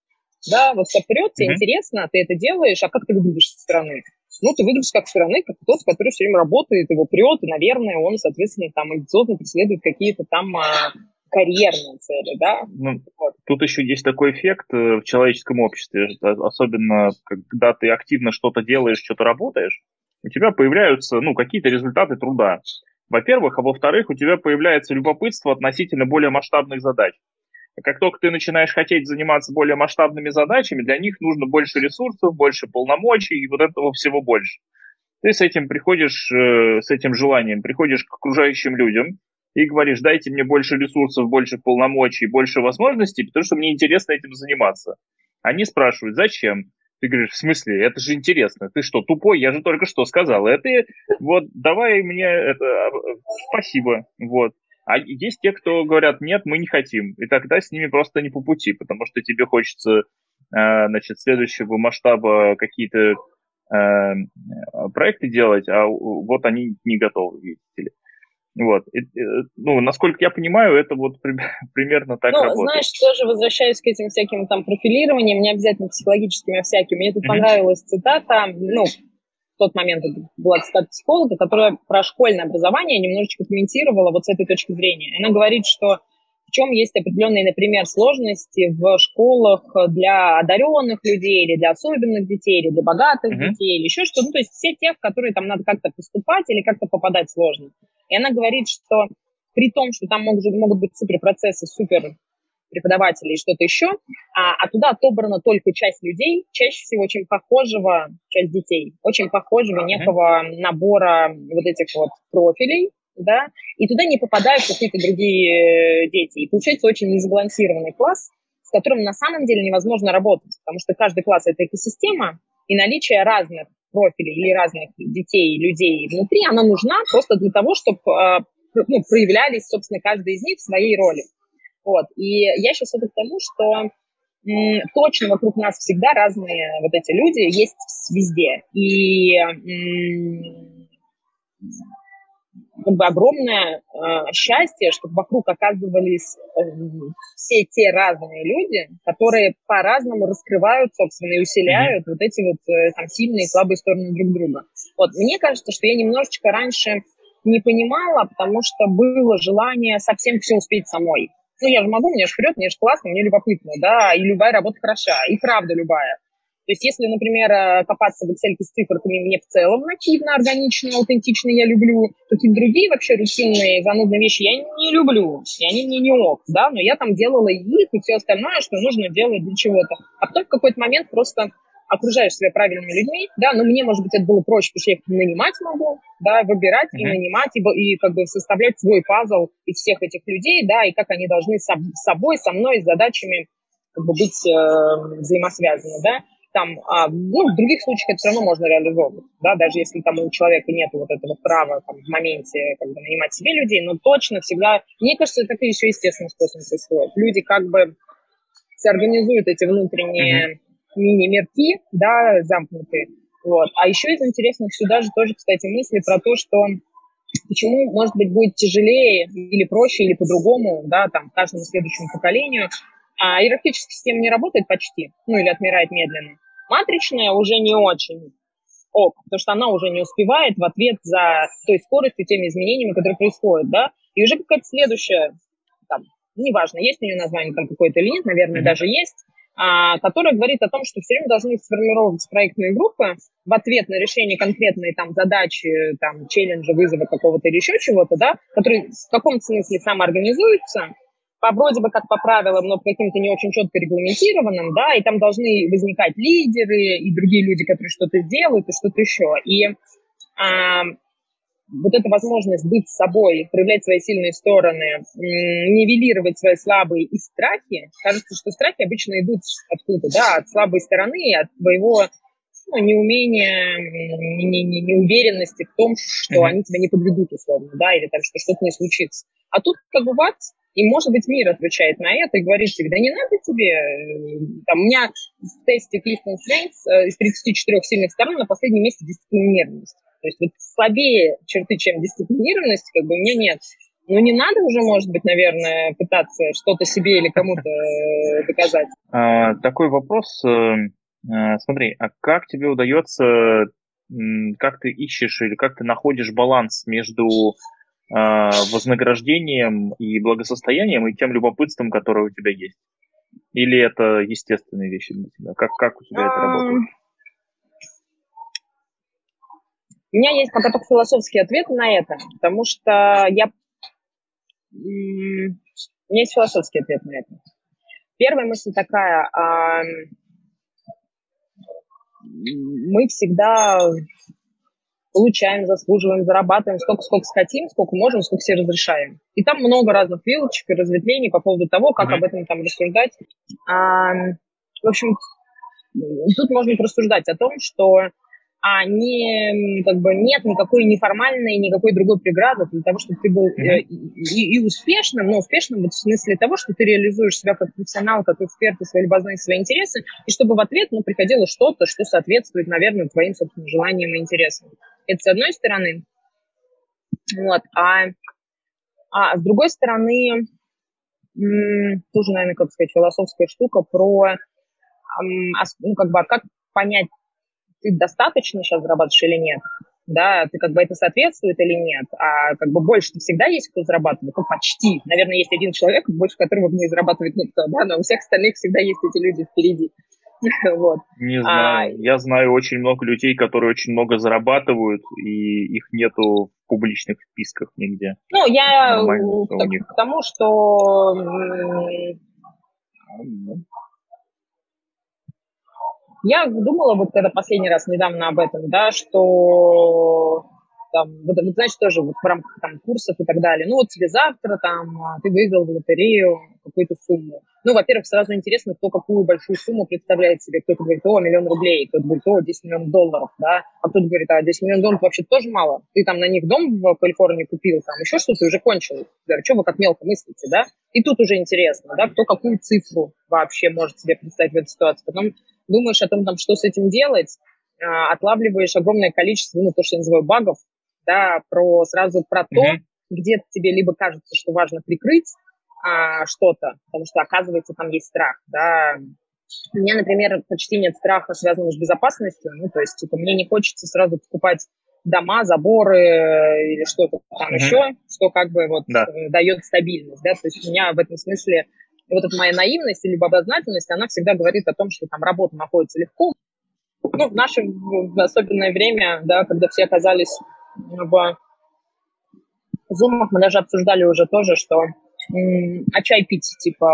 Speaker 2: да, вот тебя прет, тебе интересно, ты это делаешь, а как ты выглядишь со стороны? Ну, ты выглядишь как со стороны, как тот, который все время работает, его прет, и, наверное, он, соответственно, там амбициозно преследует какие-то там карьерные цели, да.
Speaker 1: Ну, вот. Тут еще есть такой эффект в человеческом обществе, особенно когда ты активно что-то делаешь, что-то работаешь, у тебя появляются, ну, какие-то результаты труда, во-первых, а во-вторых, у тебя появляется любопытство относительно более масштабных задач. Как только ты начинаешь хотеть заниматься более масштабными задачами, для них нужно больше ресурсов, больше полномочий, и вот этого всего больше. Ты с этим приходишь, с этим желанием, приходишь к окружающим людям и говоришь: дайте мне больше ресурсов, больше полномочий, больше возможностей, потому что мне интересно этим заниматься. Они спрашивают: зачем? Ты говоришь: в смысле? Это же интересно. Ты что, тупой? Я же только что сказал. Это вот давай мне это, спасибо. Вот. А есть те, кто говорят: нет, мы не хотим. И тогда с ними просто не по пути, потому что тебе хочется, значит, следующего масштаба какие-то проекты делать, а вот они не готовы, видите ли. Вот. Ну, насколько я понимаю, это вот примерно так работает.
Speaker 2: Знаешь, тоже возвращаюсь к этим всяким там профилированиям, не обязательно психологическими, а всякими. Мне тут понравилась цитата, в тот момент это была цитата психолога, которая про школьное образование немножечко комментировала вот с этой точки зрения. Она говорит, что в чем есть определенные, например, сложности в школах для одаренных людей, или для особенных детей, или для богатых детей, или еще что-то. Ну, то есть все те, в которые там надо как-то поступать или как-то попадать сложно. И она говорит, что при том, что там могут быть суперпроцессы, супер преподавателей и что-то еще, а туда отобрана только часть людей, чаще всего очень похожего, часть детей, очень похожего некого набора вот этих вот профилей, да, и туда не попадают какие-то другие дети. И получается очень несбалансированный класс, с которым на самом деле невозможно работать, потому что каждый класс – это экосистема, и наличие разных профилей или разных детей, людей внутри, она нужна просто для того, чтобы проявлялись, собственно, каждый из них в своей роли. Вот. И я сейчас это к тому, что точно вокруг нас всегда разные вот эти люди есть везде. И как бы огромное счастье, чтобы вокруг оказывались все те разные люди, которые по-разному раскрывают, собственно, и усиляют вот эти вот там сильные и слабые стороны друг друга. Вот. Мне кажется, что я немножечко раньше не понимала, потому что было желание совсем все успеть самой. Ну, я же могу, мне же вперед, мне же классно, мне любопытно, да, и любая работа хороша, и правда любая. То есть если, например, копаться в Excel с циферками мне в целом нативно, органично, аутентично я люблю, какие-то другие вообще рутинные, занудные вещи я не люблю, и они мне не ок, да, но я там делала их и все остальное, что нужно делать для чего-то. А потом в какой-то момент просто окружаешь себя правильными людьми, да, но мне, может быть, это было проще, потому что я их нанимать могу, да, выбирать и нанимать, и как бы составлять свой пазл из всех этих людей, да, и как они должны с собой, со мной, с задачами как бы быть взаимосвязаны, да. Там, в других случаях это все равно можно реализовывать, да, даже если там у человека нет вот этого права там, в моменте как бы нанимать себе людей, но точно всегда, мне кажется, это еще естественным способом происходит. Люди как бы организуют эти внутренние мини-мирки, да, замкнутые, вот. А еще из интересных сюда же тоже, кстати, мысли про то, что почему, может быть, будет тяжелее или проще, или по-другому, да, там, каждому следующему поколению. Иерархическая система не работает почти, или отмирает медленно. Матричная уже не очень потому что она уже не успевает в ответ за той скоростью, теми изменениями, которые происходят, да, и уже какая-то следующая, там, неважно, есть у нее название там какое-то или нет, наверное, даже есть, которая говорит о том, что все время должны сформироваться проектные группы в ответ на решение конкретной там задачи, там, челленджа, вызова какого-то или еще чего-то, да, которые в каком-то смысле самоорганизуются, вроде бы как по правилам, но по каким-то не очень четко регламентированным, да, и там должны возникать лидеры и другие люди, которые что-то делают и что-то еще. И вот эта возможность быть собой, проявлять свои сильные стороны, нивелировать свои слабые и страхи, кажется, что страхи обычно идут откуда, да, от слабой стороны, от твоего неумения, неуверенности в том, что они тебя не подведут условно, да, или там, что что-то не случится. А тут как бы бац, и, может быть, мир отвечает на это и говорит тебе: да не надо тебе. Там, у меня в тесте Clifton Strengths из 34 сильных сторон на последнем месте дисциплинированность. То есть вот слабее черты, чем дисциплинированность, как бы у меня нет. Ну, не надо уже, может быть, наверное, пытаться что-то себе или кому-то доказать.
Speaker 1: Такой вопрос. Смотри, а как тебе удается, как ты ищешь или как ты находишь баланс между вознаграждением и благосостоянием и тем любопытством, которое у тебя есть? Или это естественные вещи для тебя? Как у тебя это работает?
Speaker 2: У меня есть пока только философский ответ на это, потому что у меня есть философский ответ на это. Первая мысль такая, мы всегда получаем, заслуживаем, зарабатываем столько, сколько хотим, сколько можем, сколько себе разрешаем. И там много разных вилочек и разветвлений по поводу того, как об этом там рассуждать. В общем, тут можно порассуждать о том, что как бы нет никакой неформальной, никакой другой преграды для того, чтобы ты был и успешным, но успешным в смысле того, что ты реализуешь себя как профессионал, как эксперт, и свои любознания, свои интересы, и чтобы в ответ приходило что-то, что соответствует, наверное, твоим, собственно, желаниям и интересам. Это с одной стороны. Вот. А с другой стороны, тоже, наверное, как сказать, философская штука про как понять, ты достаточно сейчас зарабатываешь или нет, да, ты как бы это соответствует или нет, а как бы больше-то всегда есть кто зарабатывает, ну, почти, наверное, есть один человек, больше которого не зарабатывает никто, да, но у всех остальных всегда есть эти люди впереди, вот.
Speaker 1: Не знаю, я знаю очень много людей, которые очень много зарабатывают, и их нету в публичных списках нигде.
Speaker 2: Ну, я
Speaker 1: Нормально у них.
Speaker 2: к тому, что я думала вот когда последний раз недавно об этом, да, что там, вот, знаешь, тоже вот в рамках там курсов и так далее. Ну, вот тебе завтра там ты выиграл в лотерею какую-то сумму. Ну, во-первых, сразу интересно, кто какую большую сумму представляет себе. Кто-то говорит, миллион рублей, кто-то говорит, 10 миллионов долларов, да. А кто-то говорит, 10 миллионов долларов вообще тоже мало. Ты там на них дом в Калифорнии купил, там еще что-то, уже кончил. Да, что вы как мелко мыслите, да? И тут уже интересно, да, кто какую цифру вообще может себе представить в этой ситуации. Потом думаешь о том, там, что с этим делать, отлавливаешь огромное количество, то, что я называю, багов, да, сразу про то, где тебе либо кажется, что важно прикрыть что-то, потому что, оказывается, там есть страх, да. У меня, например, почти нет страха, связанного с безопасностью, то есть, мне не хочется сразу покупать дома, заборы или что-то там еще, что как бы дает стабильность, да, то есть у меня в этом смысле вот эта моя наивность или любознательность, она всегда говорит о том, что там работа находится легко. В наше особенное время, да, когда все оказались в зумах, мы даже обсуждали уже тоже, что чай пить,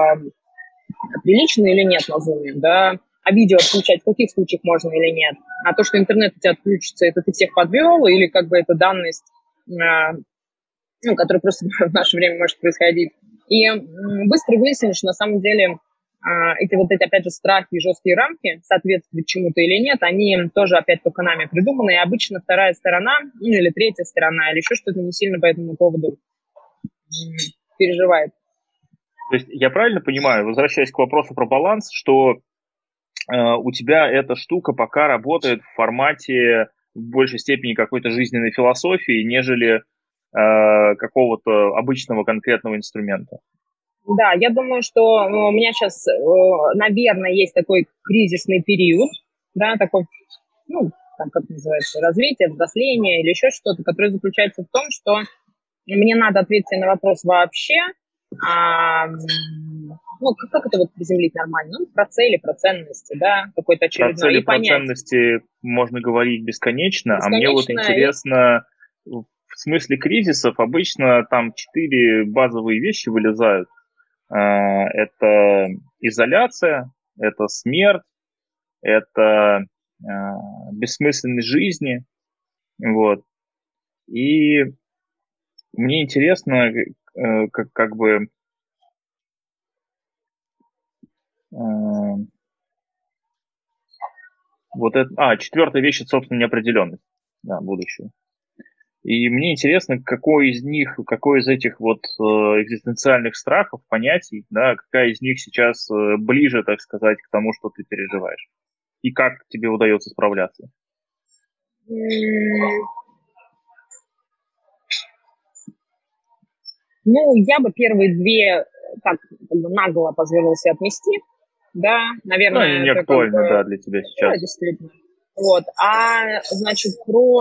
Speaker 2: прилично или нет на зуме, да, а видео отключать в каких случаях можно или нет. А то, что интернет у тебя отключится, это ты всех подвел, или как бы это данность, которая просто в наше время может происходить. И быстро выяснилось, что на самом деле эти опять же, страхи и жесткие рамки, соответствуют чему-то или нет, они тоже опять только нами придуманы, и обычно вторая сторона, или третья сторона, или еще что-то не сильно по этому поводу переживает.
Speaker 1: То есть я правильно понимаю, возвращаясь к вопросу про баланс, что у тебя эта штука пока работает в формате в большей степени какой-то жизненной философии, нежели какого-то обычного конкретного инструмента?
Speaker 2: Да, я думаю, что у меня сейчас, наверное, есть такой кризисный период, да, такой, как называется, развитие, взросление или еще что-то, которое заключается в том, что мне надо ответить на вопрос вообще, как это приземлить нормально? Про цели, про ценности, да, какой-то очередной.
Speaker 1: Про цели, и про ценности можно говорить бесконечно, а мне вот интересно, в смысле кризисов обычно там 4 базовые вещи вылезают. Это изоляция, это смерть, это бессмысленность жизни, вот. И мне интересно, как бы вот это... четвертая вещь — это, собственно, неопределенность, да, будущего. И мне интересно, какой из этих экзистенциальных страхов, понятий, да, какая из них сейчас ближе, так сказать, к тому, что ты переживаешь. И как тебе удается справляться?
Speaker 2: Ну, я бы первые две так как бы нагло позволила себе отмести, да,
Speaker 1: Ну, они
Speaker 2: наверное,
Speaker 1: не
Speaker 2: это как
Speaker 1: актуальны, да,
Speaker 2: бы,
Speaker 1: для тебя
Speaker 2: да,
Speaker 1: сейчас.
Speaker 2: действительно. Вот, значит,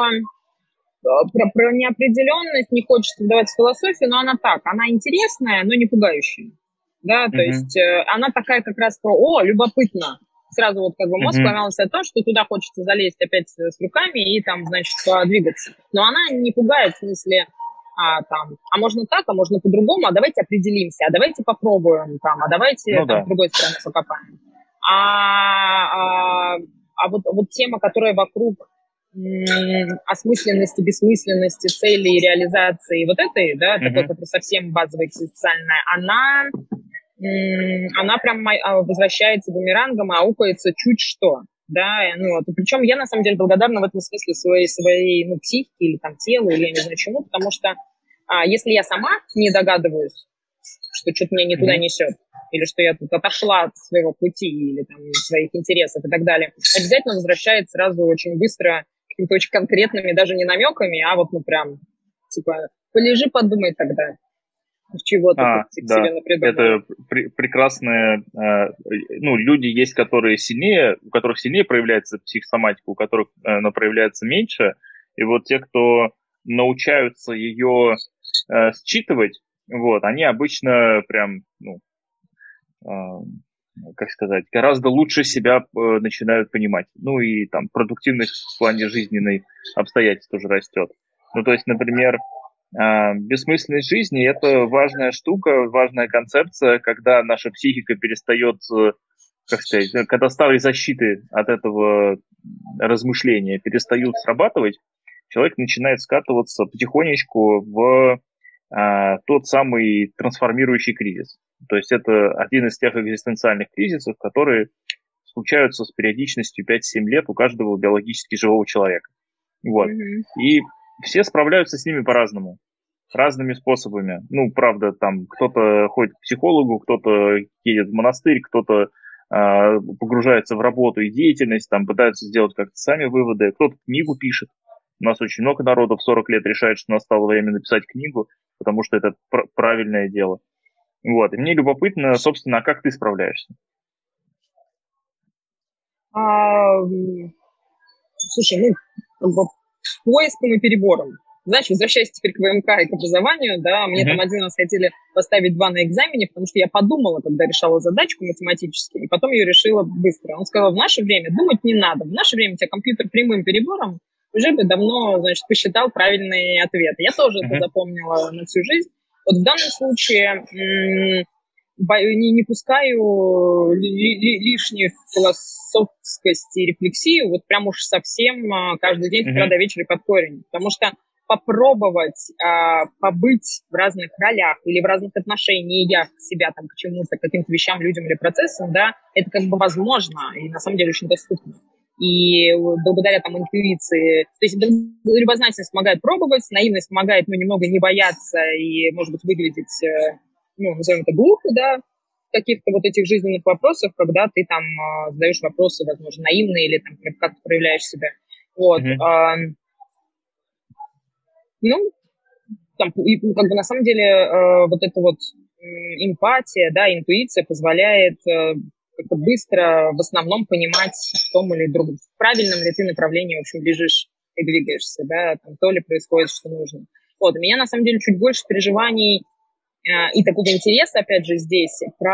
Speaker 2: про неопределенность не хочется вдаваться в философию, но она так, она интересная, но не пугающая. Да, то
Speaker 1: Мгм.
Speaker 2: есть она такая как раз про любопытно. Сразу вот как бы мозг
Speaker 1: Мгм.
Speaker 2: поймался о том, что туда хочется залезть опять с руками и там, значит, подвигаться. Но она не пугает в смысле, можно так, а можно по-другому, а давайте определимся, а давайте попробуем там, а давайте
Speaker 1: Ну
Speaker 2: там с
Speaker 1: да.
Speaker 2: другой стороны покопаем. Вот тема, которая вокруг осмысленности, бессмысленности, цели и реализации вот этой, да, такой,
Speaker 1: Мгм.
Speaker 2: которая совсем базовая экзистенциальная, она прям возвращается бумерангом, аукается чуть что. Да, ну, вот. Причем я, на самом деле, благодарна в этом смысле своей ну, психике или там телу, или я не знаю чему, потому что если я сама не догадываюсь, что что-то меня не туда
Speaker 1: Мгм.
Speaker 2: несет, или что я тут отошла от своего пути или там, своих интересов и так далее, обязательно возвращает сразу очень быстро какими-то очень конкретными, даже не намеками, а вот, ну, прям, типа, полежи, подумай тогда, чего ты тут типа, себе
Speaker 1: Да,
Speaker 2: напридумывала.
Speaker 1: это прекрасные, ну, люди есть, которые сильнее, у которых сильнее проявляется психосоматика, у которых она проявляется меньше, и вот те, кто научаются ее считывать, вот, они обычно прям, ну, э, как сказать, гораздо лучше себя начинают понимать. Ну и там продуктивность в плане жизненной обстоятельств тоже растет. Ну, то есть, например, бессмысленность жизни – это важная штука, важная концепция, когда наша психика перестает, как сказать, когда старые защиты от этого размышления перестают срабатывать, человек начинает скатываться потихонечку в тот самый трансформирующий кризис. То есть это один из тех экзистенциальных кризисов, которые случаются с периодичностью 5-7 лет у каждого биологически живого человека. Вот.
Speaker 2: Мгм.
Speaker 1: И все справляются с ними по-разному, разными способами. Ну, правда, там кто-то ходит к психологу, кто-то едет в монастырь, кто-то погружается в работу и деятельность, там пытаются сделать как-то сами выводы, кто-то книгу пишет. У нас очень много народу в 40 лет решает, что настало время написать книгу, потому что это правильное дело. Вот. И мне любопытно, собственно, а как ты справляешься?
Speaker 2: А, м, Слушай, ну, как бы поиском и перебором. Знаешь, возвращаясь теперь к ВМК и к образованию, да, мне там
Speaker 1: Мгм.
Speaker 2: один раз хотели поставить 2 на экзамене, потому что я подумала, когда решала задачку математически, и потом ее решила быстро. Он сказал, в наше время думать не надо, в наше время у тебя компьютер прямым перебором уже бы давно, значит, посчитал правильный ответ. Я тоже это
Speaker 1: Мгм.
Speaker 2: запомнила на всю жизнь. Вот в данном случае не пускаю лишних философскости и рефлексии вот прям уж совсем каждый день с утра
Speaker 1: Мгм.
Speaker 2: до вечера и под корень. Потому что попробовать побыть в разных ролях или в разных отношениях себя там к чему-то, к каким-то вещам, людям или процессам, да, это как бы возможно и на самом деле очень доступно. И благодаря там интуиции, то есть любознательность помогает пробовать, наивность помогает, ну, немного не бояться и, может быть, выглядеть ну, назовем это глупо, да, в каких-то вот этих жизненных вопросах, когда ты там задаешь вопросы, возможно, наивные или там как ты проявляешь себя. Вот.
Speaker 1: Мгм.
Speaker 2: Ну, там, как бы на самом деле вот эта вот эмпатия, да, интуиция позволяет как-то быстро в основном понимать, в том или другом, в правильном ли ты направлении, в общем, бежишь и двигаешься, да, там то ли происходит, что нужно. Вот, у меня на самом деле чуть больше переживаний и такого интереса, опять же, здесь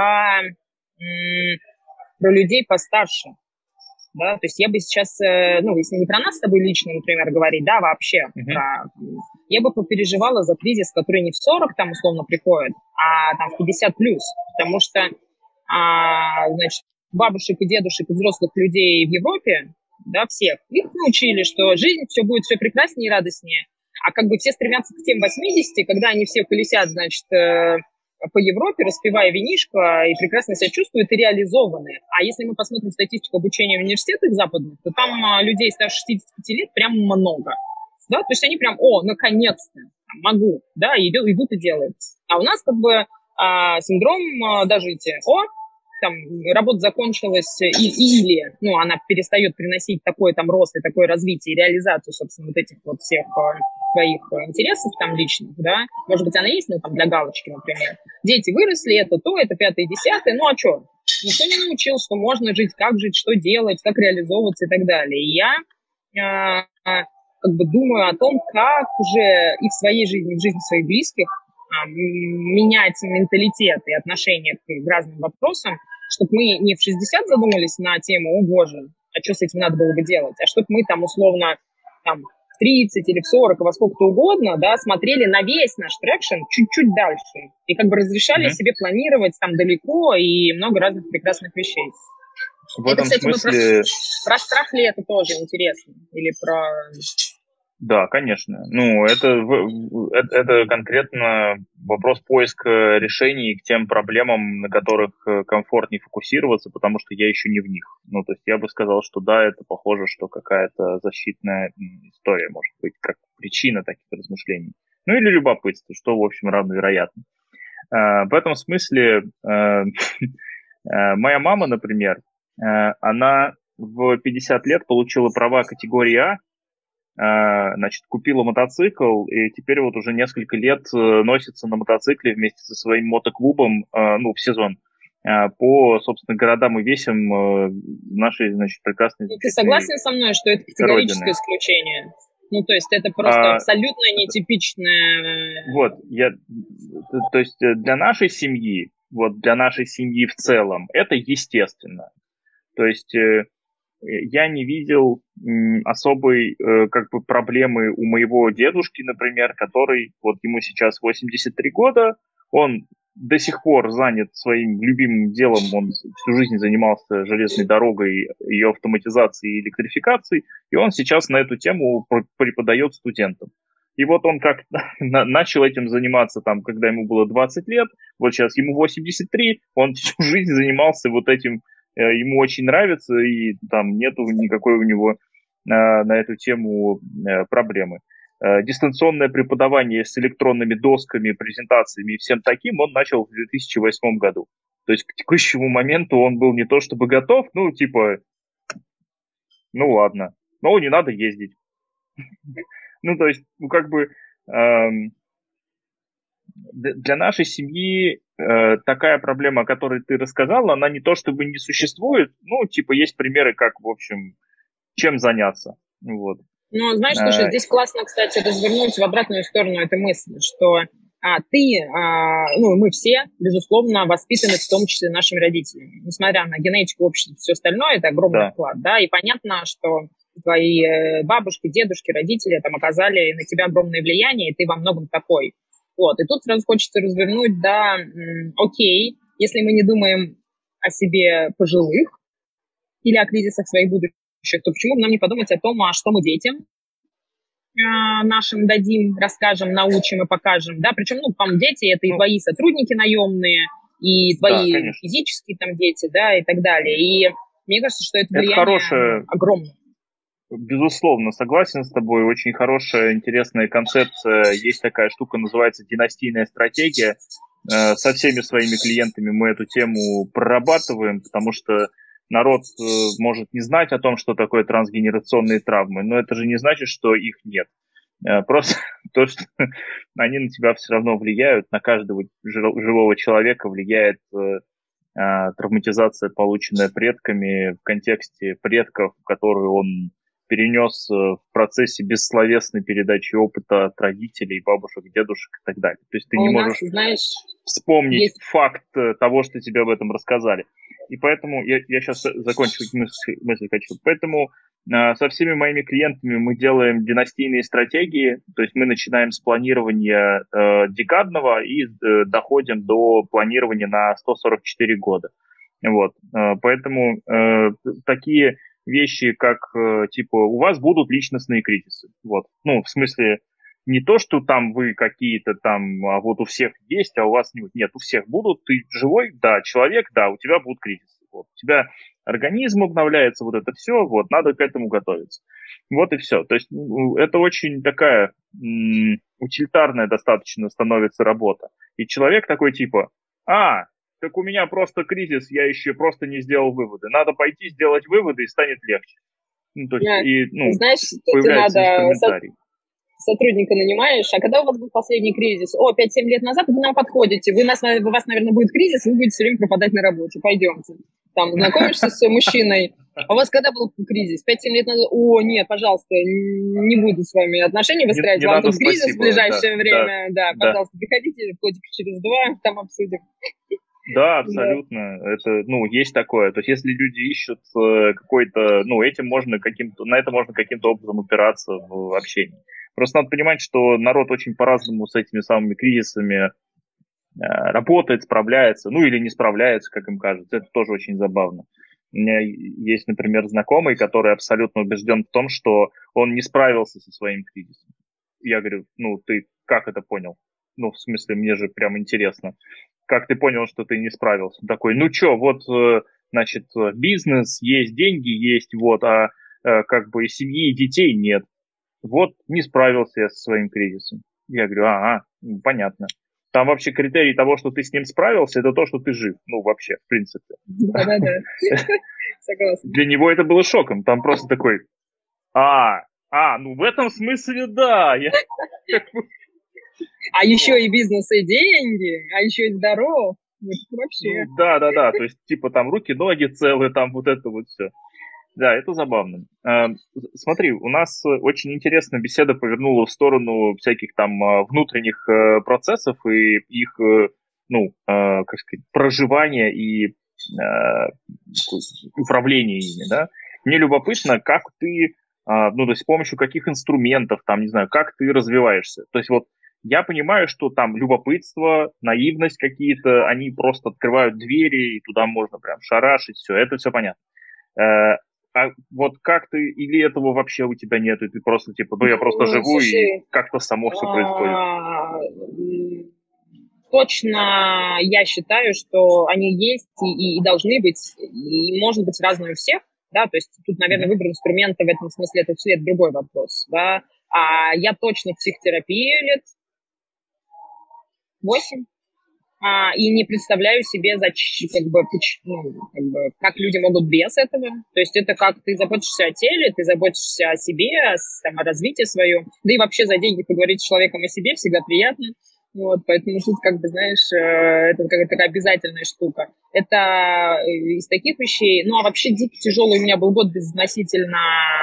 Speaker 2: про людей постарше. Да, то есть я бы сейчас, ну, если не про нас с тобой лично, например, говорить, да, вообще,
Speaker 1: Мгм.
Speaker 2: я бы попереживала за кризис, который не в 40 там условно приходит, а там в 50 плюс, потому что, значит, бабушек и дедушек и взрослых людей в Европе, да, всех, их научили, что жизнь все будет все прекраснее и радостнее, а как бы все стремятся к тем 80, когда они все колесят, значит, по Европе, распивая винишко, и прекрасно себя чувствуют и реализованы. А если мы посмотрим статистику обучения в университетах западных, то там людей старше 65 лет прям много. Да, то есть они прям, наконец-то, могу, да, идут и делают. А у нас как бы синдром даже там, работа закончилась, или, ну, она перестает приносить такой там рост и такое развитие и реализацию, собственно, вот этих вот всех своих интересов там личных, да, может быть, она есть, ну, там, для галочки, например. Дети выросли, это то, это пятое, десятое, ну, а что? Никто не научил, что можно жить, как жить, что делать, как реализовываться и так далее. И я как бы думаю о том, как уже и в своей жизни, и в жизни своих близких менять менталитет и отношение к разным вопросам, чтобы мы не в 60 задумались на тему, о боже, а что с этим надо было бы делать, а чтобы мы там условно там, в 30 или в 40, во сколько-то угодно, да, смотрели на весь наш трекшн чуть-чуть дальше и как бы разрешали себе планировать там далеко и много разных прекрасных вещей.
Speaker 1: В этом
Speaker 2: кстати,
Speaker 1: смысле...
Speaker 2: про страх ли это тоже интересно? Или про...
Speaker 1: Да, конечно. Ну, это конкретно вопрос поиска решений к тем проблемам, на которых комфортнее фокусироваться, потому что я еще не в них. Ну, то есть я бы сказал, что да, это похоже, что какая-то защитная история может быть, как причина таких размышлений. Ну, или любопытство, что, в общем, равновероятно. В этом смысле моя мама, например, она в 50 лет получила права категории А, значит, купила мотоцикл, и теперь вот уже несколько лет носится на мотоцикле вместе со своим мотоклубом, ну, в сезон, по, собственно, городам и весям нашей, значит, прекрасной...
Speaker 2: Ты согласен со мной, что это категорическое исключение? Ну, то есть это просто абсолютно нетипичное...
Speaker 1: Вот, то есть для нашей семьи, вот для нашей семьи в целом, это естественно. То есть я не видел особой как бы проблемы у моего дедушки, например, который, вот ему сейчас 83 года, он до сих пор занят своим любимым делом, он всю жизнь занимался железной дорогой, ее автоматизацией и электрификацией, и он сейчас на эту тему преподает студентам. И вот он как начал этим заниматься, там, когда ему было 20 лет, вот сейчас ему 83, он всю жизнь занимался вот этим, ему очень нравится, и там нету никакой у него на эту тему проблемы. Дистанционное преподавание с электронными досками, презентациями и всем таким он начал в 2008 году. То есть к текущему моменту он был не то чтобы готов, ну, типа, ну ладно, но не надо ездить. Ну, то есть, ну, как бы для нашей семьи такая проблема, о которой ты рассказала, она не то чтобы не существует, ну, типа, есть примеры, как, в общем, чем заняться. Вот.
Speaker 2: Ну, знаешь, слушай, здесь классно, кстати, развернуть в обратную сторону эту мысль, что ну, мы все, безусловно, воспитаны в том числе нашими родителями. Несмотря на генетику, общество, все остальное, это огромный вклад, да, и понятно, что твои бабушки, дедушки, родители там оказали на тебя огромное влияние, и ты во многом такой. Вот, и тут сразу хочется развернуть, да, окей, если мы не думаем о себе пожилых или о кризисах своих будущих, то почему бы нам не подумать о том, а что мы детям нашим дадим, расскажем, научим и покажем, да, причем, ну, там, дети, это и твои сотрудники наемные, и твои физические там дети, да, и так далее, и мне кажется, что это влияние огромное.
Speaker 1: Безусловно, согласен с тобой, очень хорошая, интересная концепция, есть такая штука, называется династийная стратегия, со всеми своими клиентами мы эту тему прорабатываем, потому что народ может не знать о том, что такое трансгенерационные травмы, но это же не значит, что их нет. Просто то, что они на тебя все равно влияют, на каждого живого человека влияет травматизация, полученная предками в контексте предков, которую он перенес в процессе бессловесной передачи опыта от родителей, бабушек, дедушек и так далее. То есть ты не можешь вспомнить факт того, что тебе об этом рассказали. И поэтому, я сейчас закончу мысль хочу, поэтому со всеми моими клиентами мы делаем династийные стратегии, то есть мы начинаем с планирования декадного и доходим до планирования на 144 года. Вот. Поэтому такие вещи, как типа у вас будут личностные кризисы. Вот. Ну, в смысле, не то, что там вы какие-то там, а вот у всех есть, а у вас нет. Нет, у всех будут. Ты живой, да, человек, да, у тебя будут кризисы. Вот. У тебя организм обновляется, вот это все, вот, надо к этому готовиться. Вот и все. То есть это очень такая утилитарная достаточно становится работа. И человек такой типа, так у меня просто кризис, я еще просто не сделал выводы. Надо пойти сделать выводы, и станет легче. Ну, то есть,
Speaker 2: знаешь,
Speaker 1: появляется инструментарий.
Speaker 2: сотрудника нанимаешь, а когда у вас был последний кризис? 5-7 лет назад вы нам подходите, у вас, наверное, будет кризис, вы будете все время пропадать на работе, пойдемте. Там знакомишься с мужчиной, а у вас когда был кризис? 5-7 лет назад? Нет, пожалуйста, не буду с вами отношения выстраивать,
Speaker 1: не
Speaker 2: вам
Speaker 1: надо,
Speaker 2: тут кризис
Speaker 1: спасибо,
Speaker 2: в ближайшее время,
Speaker 1: да.
Speaker 2: Пожалуйста, приходите годик через 2, там обсудим.
Speaker 1: Да, абсолютно. Это, есть такое. То есть, если люди ищут какой-то, на это можно каким-то образом упираться в общении. Просто надо понимать, что народ очень по-разному с этими самыми кризисами работает, справляется, или не справляется, как им кажется. Это тоже очень забавно. У меня есть, например, знакомый, который абсолютно убежден в том, что он не справился со своим кризисом. Я говорю, ты как это понял? В смысле, мне же прям интересно. Как ты понял, что ты не справился? Он такой, значит, бизнес, есть деньги, есть, как бы семьи и детей нет. Вот, не справился я со своим кризисом. Я говорю, понятно. Там вообще критерий того, что ты с ним справился, это то, что ты жив. Вообще, в принципе.
Speaker 2: Да-да-да. Согласна.
Speaker 1: Для него это было шоком. Там просто такой, в этом смысле, да.
Speaker 2: А еще и бизнес, и деньги, а еще и здоров. Вообще.
Speaker 1: Да. То есть, типа, там руки, ноги целые, там вот это вот все. Да, это забавно. Смотри, у нас очень интересная беседа повернула в сторону всяких там внутренних процессов и их, как сказать, проживания и управления ими, да. Мне любопытно, как ты, то есть с помощью каких инструментов, там, не знаю, как ты развиваешься. То есть вот я понимаю, что там любопытство, наивность какие-то, они просто открывают двери, и туда можно прям шарашить, это все понятно. А вот как ты, или этого вообще у тебя нет, и ты просто типа, я просто живу, и как-то само все происходит?
Speaker 2: Точно я считаю, что они есть и должны быть, и может быть разные у всех, да, то есть тут, наверное, выбор инструмента в этом смысле это все другой вопрос, да. А я точно в психотерапии лет 8. И не представляю себе, как люди могут без этого. То есть это как ты заботишься о теле, ты заботишься о себе, о развитии своем. Да и вообще за деньги поговорить с человеком о себе всегда приятно. Поэтому тут, знаешь, это какая-то такая обязательная штука. Это из таких вещей. А вообще дико тяжелый у меня был год безотносительно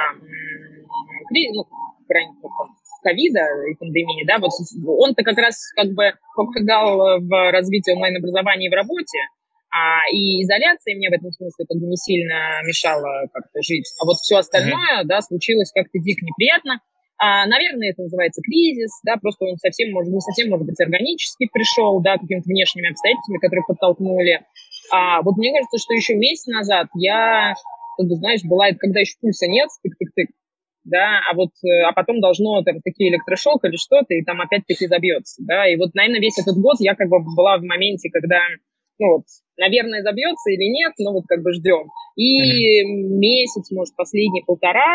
Speaker 2: ковида и пандемии, да, он-то как раз помогал в развитии онлайн-образования и в работе, и изоляция мне в этом смысле не сильно мешала как-то жить. А вот все остальное, да, случилось как-то дико неприятно. Наверное, это называется кризис, да, просто он не совсем, может быть, органически пришел, да, какими-то внешними обстоятельствами, которые подтолкнули. Вот мне кажется, что еще месяц назад я, знаешь, бывает, когда еще пульса нет, тык-тык-тык, да, а потом должно там такие электрошок или что-то, и там опять-таки забьется, да, и наверное, весь этот год я была в моменте, когда, наверное, забьется или нет, ждем. И месяц, может, последний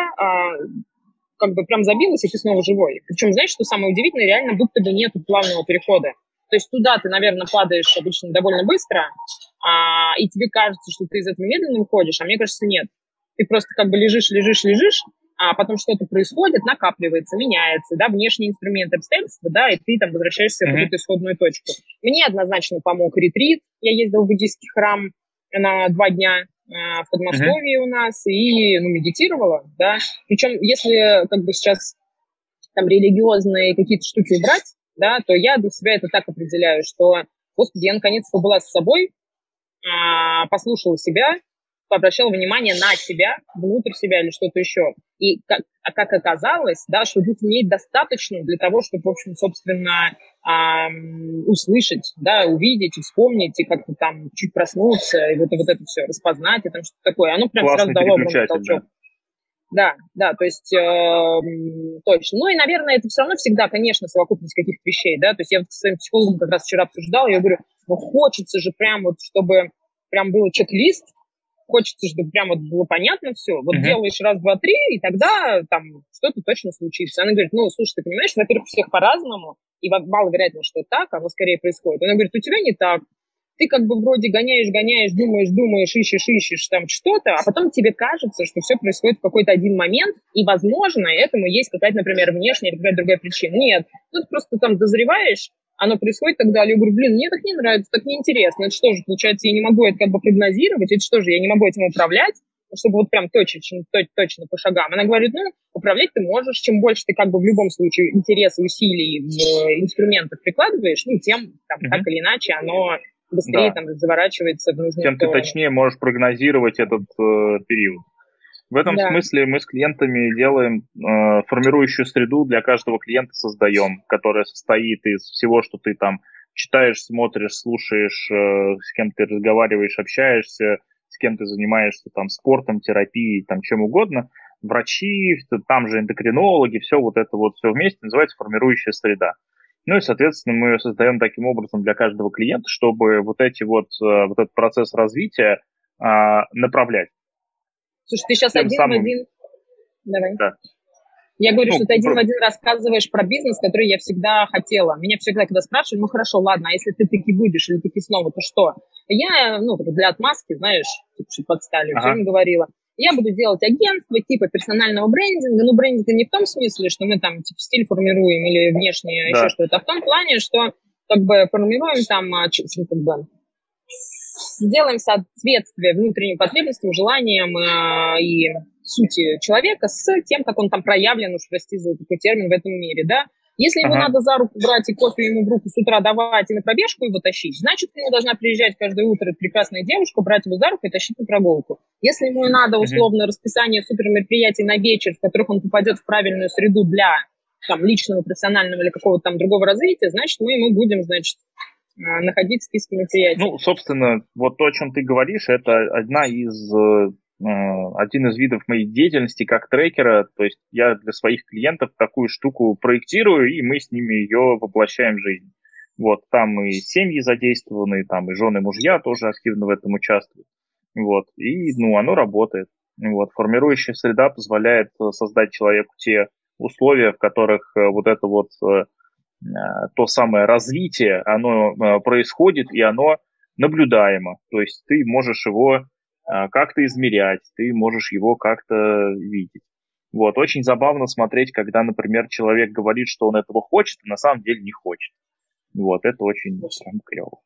Speaker 2: 1,5, прям забилась, и ты снова живой. Причем, знаешь, что самое удивительное, реально будто бы нет плавного перехода. То есть туда ты, наверное, падаешь обычно довольно быстро, и тебе кажется, что ты из этого медленно выходишь, а мне кажется, нет. Ты просто лежишь, а потом что-то происходит, накапливается, меняется, да, внешние инструменты, обстоятельства, да, и ты там возвращаешься в какую-то исходную точку. Мне однозначно помог ретрит. Я ездила в буддийский храм на 2 дня в Подмосковье у нас и медитировала, да. Причем, если сейчас там религиозные какие-то штуки убрать, да, то я для себя это так определяю, что, Господи, я наконец побыла с собой, послушала себя, обращала внимание на себя, внутрь себя или что-то еще. И как оказалось, да, что тут мне достаточно для того, чтобы, в общем, собственно, услышать, да, увидеть, и вспомнить, и как-то там чуть проснуться, и вот это все распознать, и там что-то такое. Оно прям
Speaker 1: классный
Speaker 2: сразу дало огромный толчок. Да, то есть точно. И, наверное, это все равно всегда, конечно, совокупность каких-то вещей, да, то есть я с своим психологом как раз вчера обсуждала, я говорю, хочется же прям чтобы прям был чек-лист, хочется, чтобы прям было понятно все. Делаешь раз, два, три, и тогда там что-то точно случится. Она говорит, слушай, ты понимаешь, во-первых, всех по-разному, и маловероятно, что так, оно скорее происходит. Она говорит, у тебя не так. ты как бы вроде гоняешь, думаешь, ищешь там что-то, а потом тебе кажется, что все происходит в какой-то один момент, и, возможно, этому есть какая-то, например, внешняя или какая-то другая причина. Нет, ты просто там дозреваешь, оно происходит и так далее. Я говорю, блин, мне так не нравится, так неинтересно. Это что же, получается, я не могу это как бы прогнозировать, это что же, я не могу этим управлять, чтобы вот прям точно по шагам. Она говорит, ну, управлять ты можешь, чем больше ты как бы в любом случае интересы, усилий, инструментов прикладываешь, ну, тем там, так или иначе оно быстрее там заворачивается в нужную
Speaker 1: тем
Speaker 2: сторону.
Speaker 1: Ты точнее можешь прогнозировать этот период. В этом смысле мы с клиентами делаем формирующую среду для каждого клиента создаем, которая состоит из всего, что ты там читаешь, смотришь, слушаешь, с кем ты разговариваешь, общаешься, с кем ты занимаешься там спортом, терапией, там чем угодно. Врачи, там же эндокринологи, все вот это вот все вместе называется формирующая среда. Ну и, соответственно, мы ее создаем таким образом для каждого клиента, чтобы вот этот процесс развития направлять.
Speaker 2: Слушай, ты сейчас один в один... Давай.
Speaker 1: Да.
Speaker 2: Я говорю, что ты один в один рассказываешь про бизнес, который я всегда хотела. Меня всегда, когда спрашивали, ну хорошо, ладно, а если ты таки будешь или таки снова, то что? Я, для отмазки, знаешь, типа, подставлю, все им говорила. Я буду делать агентство типа персонального брендинга. Ну, брендинг не в том смысле, что мы там типа стиль формируем или внешне еще что-то, а в том плане, что как бы формируем там, как бы, делаем соответствие внутренним потребностям, желаниям и сути человека с тем, как он там проявлен, уж прости за такой термин, в этом мире, да. Если ему надо за руку брать и кофе ему в руку с утра давать и на пробежку его тащить, значит, к нему должна приезжать каждое утро прекрасная девушка, брать его за руку и тащить на прогулку. Если ему надо условно расписание супермероприятий на вечер, в которых он попадет в правильную среду для там, личного, профессионального или какого-то там другого развития, значит, мы ему будем, значит, находить списки мероприятий.
Speaker 1: Ну, собственно, вот то, о чем ты говоришь, это один из видов моей деятельности как трекера. То есть я для своих клиентов такую штуку проектирую, и мы с ними ее воплощаем в жизнь. Вот, там и семьи задействованы, там и жены, мужья тоже активно в этом участвуют. Вот, и, оно работает. Вот, формирующая среда позволяет создать человеку те условия, в которых то самое развитие, оно происходит, и оно наблюдаемо. То есть ты можешь его как-то измерять, ты можешь его как-то видеть. Вот. Очень забавно смотреть, когда, например, человек говорит, что он этого хочет, а на самом деле не хочет. Вот. Это очень клево.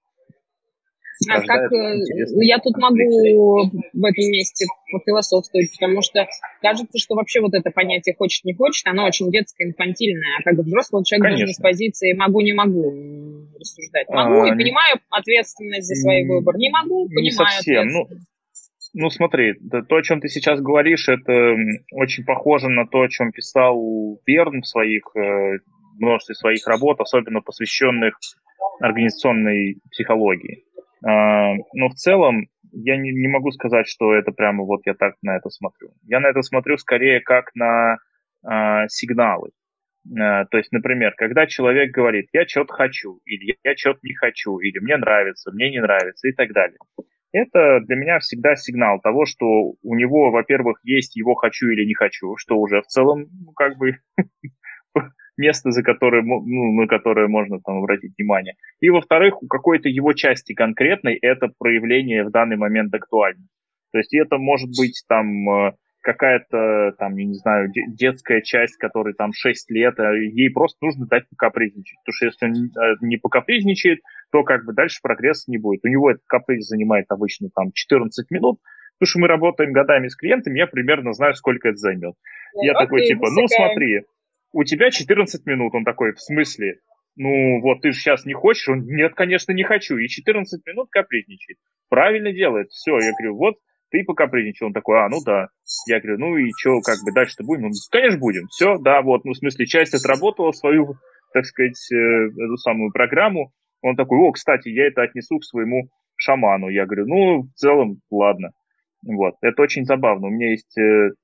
Speaker 2: Я тут могу в этом месте пофилософствовать, потому что кажется, что вообще вот это понятие «хочет, не хочет», оно очень детское, инфантильное, а как бы взрослый человек должен с позиции «могу, не могу» рассуждать. Могу и понимаю ответственность за свой выбор, не могу, понимаю
Speaker 1: не совсем. Ну, смотри, то, о чем ты сейчас говоришь, это очень похоже на то, о чем писал Берн в множестве своих работ, особенно посвященных организационной психологии. Но в целом я не могу сказать, что это прямо вот я так на это смотрю. Я на это смотрю скорее как на сигналы. То есть, например, когда человек говорит «я что-то хочу», или «я что-то не хочу», или «мне нравится», «мне не нравится» и так далее. Это для меня всегда сигнал того, что у него, во-первых, есть его «хочу» или «не хочу», что уже в целом как бы место, на которое можно там обратить внимание. И, во-вторых, у какой-то его части конкретной это проявление в данный момент актуально. То есть это может быть там какая-то, там, я не знаю, детская часть, которой там 6 лет, ей просто нужно дать покапризничать. Потому что если он не покапризничает, то как бы дальше прогресса не будет. У него этот каприз занимает обычно там 14 минут, потому что мы работаем годами с клиентами, я примерно знаю, сколько это займет. Я такой типа, смотри, у тебя 14 минут. Он такой, в смысле? Ну, вот ты же сейчас не хочешь? Он, нет, конечно, не хочу. И 14 минут капризничает. Правильно делает. Все, я говорю, вот ты покапризничал. Он такой, ну да. Я говорю, ну и что, как бы дальше-то будем? Он, конечно, будем. Все, да, вот, в смысле, часть отработала свою, так сказать, эту самую программу. Он такой, кстати, я это отнесу к своему шаману. Я говорю, в целом, ладно. Вот, это очень забавно. У меня есть...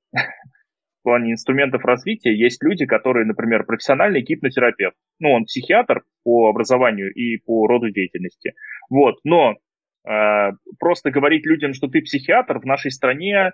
Speaker 1: В плане инструментов развития есть люди, которые, например, профессиональный гипнотерапевт. Он психиатр по образованию и по роду деятельности. Вот, но просто говорить людям, что ты психиатр в нашей стране,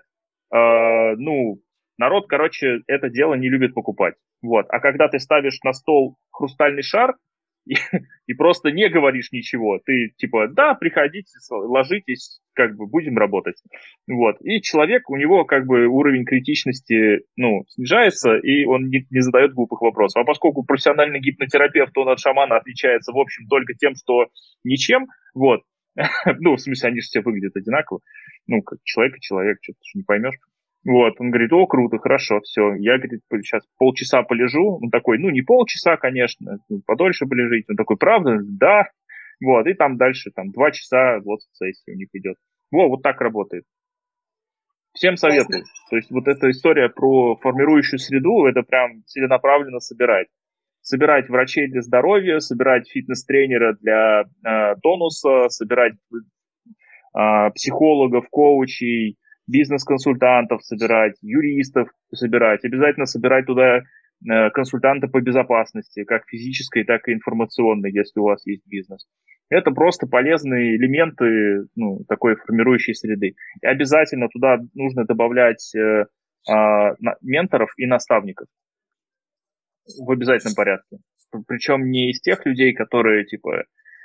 Speaker 1: народ, это дело не любит покупать. Вот. А когда ты ставишь на стол хрустальный шар и просто не говоришь ничего. Ты типа, да, приходите, ложитесь, как бы будем работать. Вот. И человек, у него как бы уровень критичности, ну, снижается, и он не задает глупых вопросов. А поскольку профессиональный гипнотерапевт, он от шамана отличается, в общем, только тем, что ничем, вот, ну, в смысле, они же все выглядят одинаково, ну, как человек и человек, что-то не поймешь. Вот, он говорит, о, круто, хорошо, все. Я, говорит, сейчас полчаса полежу. Он такой, ну, не полчаса, конечно, подольше полежите. Он такой, правда? Да. Вот, и там дальше, там, 2 часа, вот, сессия у них идет. Вот так работает. Всем советую. То есть вот эта история про формирующую среду, это прям целенаправленно собирать. Собирать врачей для здоровья, собирать фитнес-тренера для тонуса, собирать психологов, коучей, бизнес-консультантов собирать, юристов собирать, обязательно собирать туда консультанта по безопасности, как физической, так и информационной, если у вас есть бизнес. Это просто полезные элементы, ну, такой формирующей среды. И обязательно туда нужно добавлять менторов и наставников в обязательном порядке. Причем не из тех людей, которые, типа,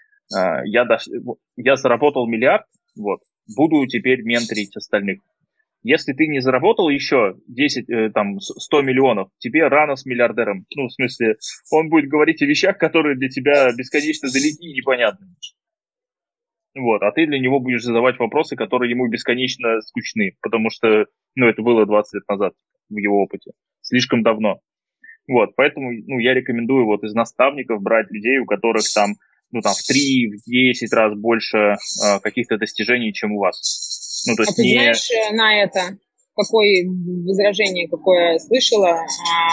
Speaker 1: я заработал миллиард, вот, буду теперь менторить остальных. Если ты не заработал еще 10, там, 100 миллионов, тебе рано с миллиардером. Ну, в смысле, он будет говорить о вещах, которые для тебя бесконечно далеки и непонятны. Вот, а ты для него будешь задавать вопросы, которые ему бесконечно скучны, потому что, ну, это было 20 лет назад в его опыте. Слишком давно. Вот, поэтому, ну, я рекомендую вот из наставников брать людей, у которых там, ну, там, в 3, в 10 раз больше каких-то достижений, чем у вас. Ну, то есть
Speaker 2: ты знаешь на это, какое возражение, какое я слышала,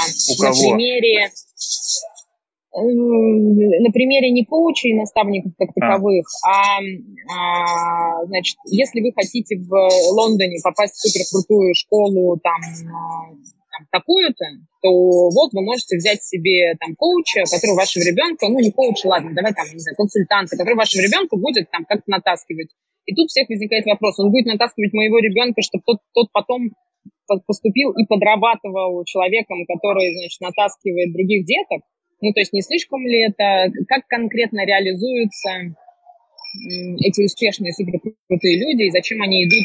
Speaker 2: на примере не коучей и наставников как таковых, значит, если вы хотите в Лондоне попасть в суперкрутую школу, там такую-то, то вот вы можете взять себе там коуча, который вашего ребенка, ну не коуча, ладно, давай там, не знаю, консультанта, который вашего ребенка будет там как-то натаскивать. И тут у всех возникает вопрос, он будет натаскивать моего ребенка, чтобы тот потом поступил и подрабатывал человеком, который, значит, натаскивает других деток. Ну, то есть не слишком ли это, как конкретно реализуются эти успешные суперкрутые люди, и зачем они идут,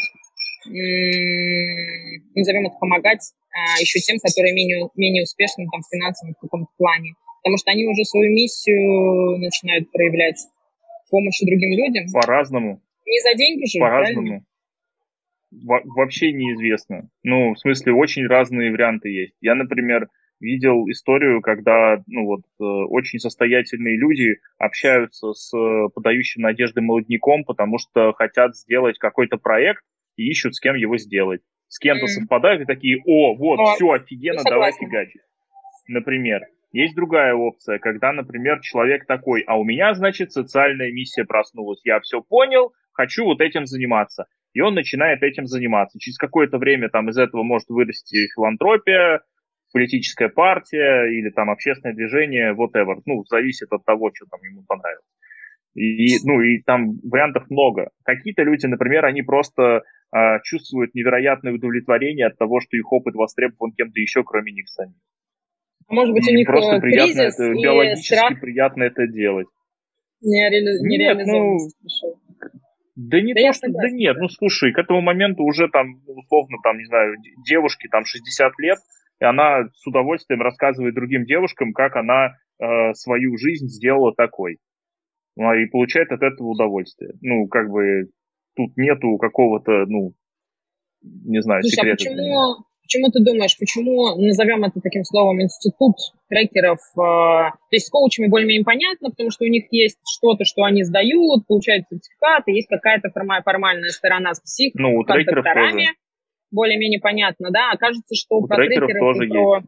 Speaker 2: назовем это, помогать еще тем, которые менее успешны там, в финансовом каком-то плане. Потому что они уже свою миссию начинают проявлять в помощи другим людям.
Speaker 1: По-разному.
Speaker 2: Не за деньги же,
Speaker 1: по-разному. Вообще неизвестно. Ну, в смысле, очень разные варианты есть. Я, например, видел историю, когда, ну вот, очень состоятельные люди общаются с подающим надежды молодняком, потому что хотят сделать какой-то проект и ищут, с кем его сделать. С кем-то совпадают и такие, все офигенно, давай фигачить. Например. Есть другая опция, когда, например, человек такой, а у меня, значит, социальная миссия проснулась, я все понял, хочу вот этим заниматься. И он начинает этим заниматься. Через какое-то время там из этого может вырасти филантропия, политическая партия или там общественное движение, whatever. Ну, зависит от того, что там ему понравилось. И там вариантов много. Какие-то люди, например, они просто чувствуют невероятное удовлетворение от того, что их опыт востребован кем-то еще, кроме них самих.
Speaker 2: Может быть, у них
Speaker 1: просто приятно
Speaker 2: кризис
Speaker 1: это,
Speaker 2: и
Speaker 1: биологически
Speaker 2: страх
Speaker 1: приятно это делать.
Speaker 2: Нереализованность.
Speaker 1: Нет, ну слушай, к этому моменту уже там, условно, там, не знаю, девушке там 60 лет, и она с удовольствием рассказывает другим девушкам, как она свою жизнь сделала такой. И получает от этого удовольствие. Ну, как бы, тут нету какого-то, ну, не знаю,
Speaker 2: слушай,
Speaker 1: секрета.
Speaker 2: Почему ты думаешь, почему, назовем это таким словом, институт трекеров, то есть с коучами более-менее понятно, потому что у них есть что-то, что они сдают, получают сертификаты, есть какая-то формальная сторона с психоконтакторами, более-менее понятно, да, а кажется, что
Speaker 1: у про трекеров тоже есть.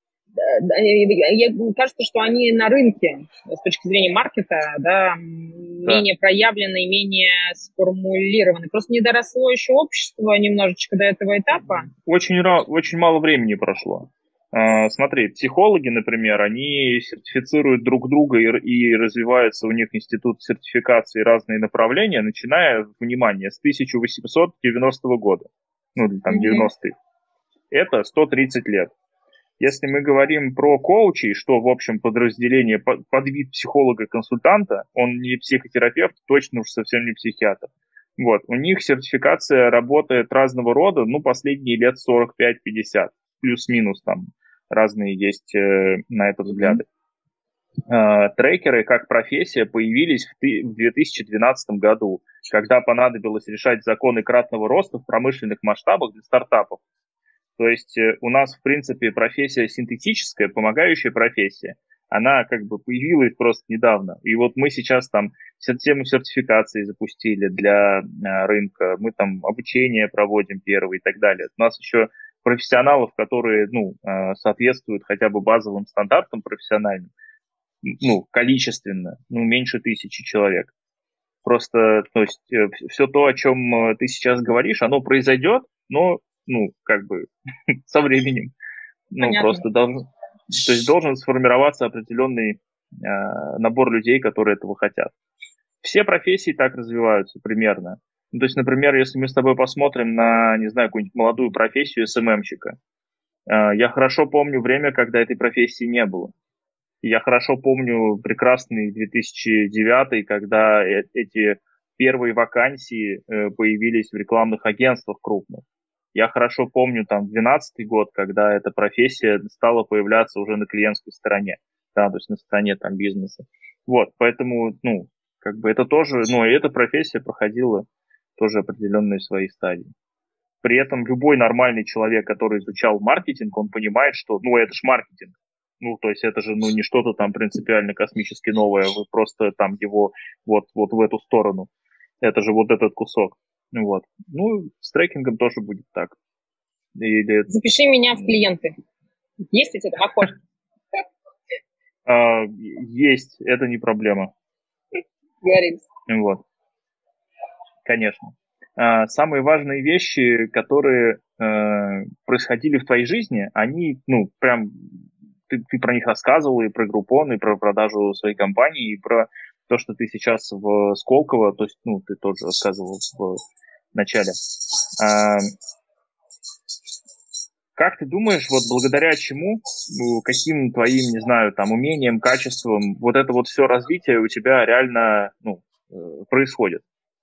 Speaker 2: Кажется, что они на рынке с точки зрения маркета, да, менее проявлены и менее сформулированы. Просто не доросло еще общество немножечко до этого этапа.
Speaker 1: Очень мало времени прошло. Смотри, психологи, например, они сертифицируют друг друга и развивается у них институт сертификации разные направления, начиная, внимание, с 1890 года, ну, там, 90-х. Это 130 лет. Если мы говорим про коучей, что, в общем, подразделение, подвид психолога-консультанта, он не психотерапевт, точно уж совсем не психиатр. Вот, у них сертификация работает разного рода, ну, последние лет 45-50, плюс-минус там разные есть на это взгляды. Трекеры как профессия появились в 2012 году, когда понадобилось решать законы кратного роста в промышленных масштабах для стартапов. То есть у нас, в принципе, профессия синтетическая, помогающая профессия, она как бы появилась просто недавно. И вот мы сейчас там тему сертификации запустили для рынка, мы там обучение проводим первое и так далее. У нас еще профессионалов, которые, соответствуют хотя бы базовым стандартам профессиональным, количественно, меньше 1000 человек. Просто, то есть, все то, о чем ты сейчас говоришь, оно произойдет, но, со временем. Просто должен сформироваться определенный набор людей, которые этого хотят. Все профессии так развиваются примерно. То есть, например, если мы с тобой посмотрим на, не знаю, какую-нибудь молодую профессию СММщика, я хорошо помню время, когда этой профессии не было. Я хорошо помню прекрасный 2009, когда эти первые вакансии появились в рекламных агентствах крупных. Я хорошо помню там 2012 год, когда эта профессия стала появляться уже на клиентской стороне, да, то есть на стороне там бизнеса. Вот, поэтому, это тоже, и эта профессия проходила тоже определенные свои стадии. При этом любой нормальный человек, который изучал маркетинг, он понимает, что, это ж маркетинг. То есть это же, не что-то там принципиально космически новое, вы просто там его вот в эту сторону. Это же вот этот кусок. Вот. С трекингом тоже будет так.
Speaker 2: Запиши меня в клиенты. Есть у тебя там окошко?
Speaker 1: Есть, это не проблема.
Speaker 2: Говорится.
Speaker 1: Вот. Конечно. Самые важные вещи, которые происходили в твоей жизни, они, прям ты про них рассказывал, и про Groupon, и про продажу своей компании, и про то, что ты сейчас в Сколково, то есть, ты тоже рассказывал в начале. Как ты думаешь, вот благодаря чему, каким твоим, не знаю, там, умениям, качествам, вот это вот все развитие у тебя реально, происходит?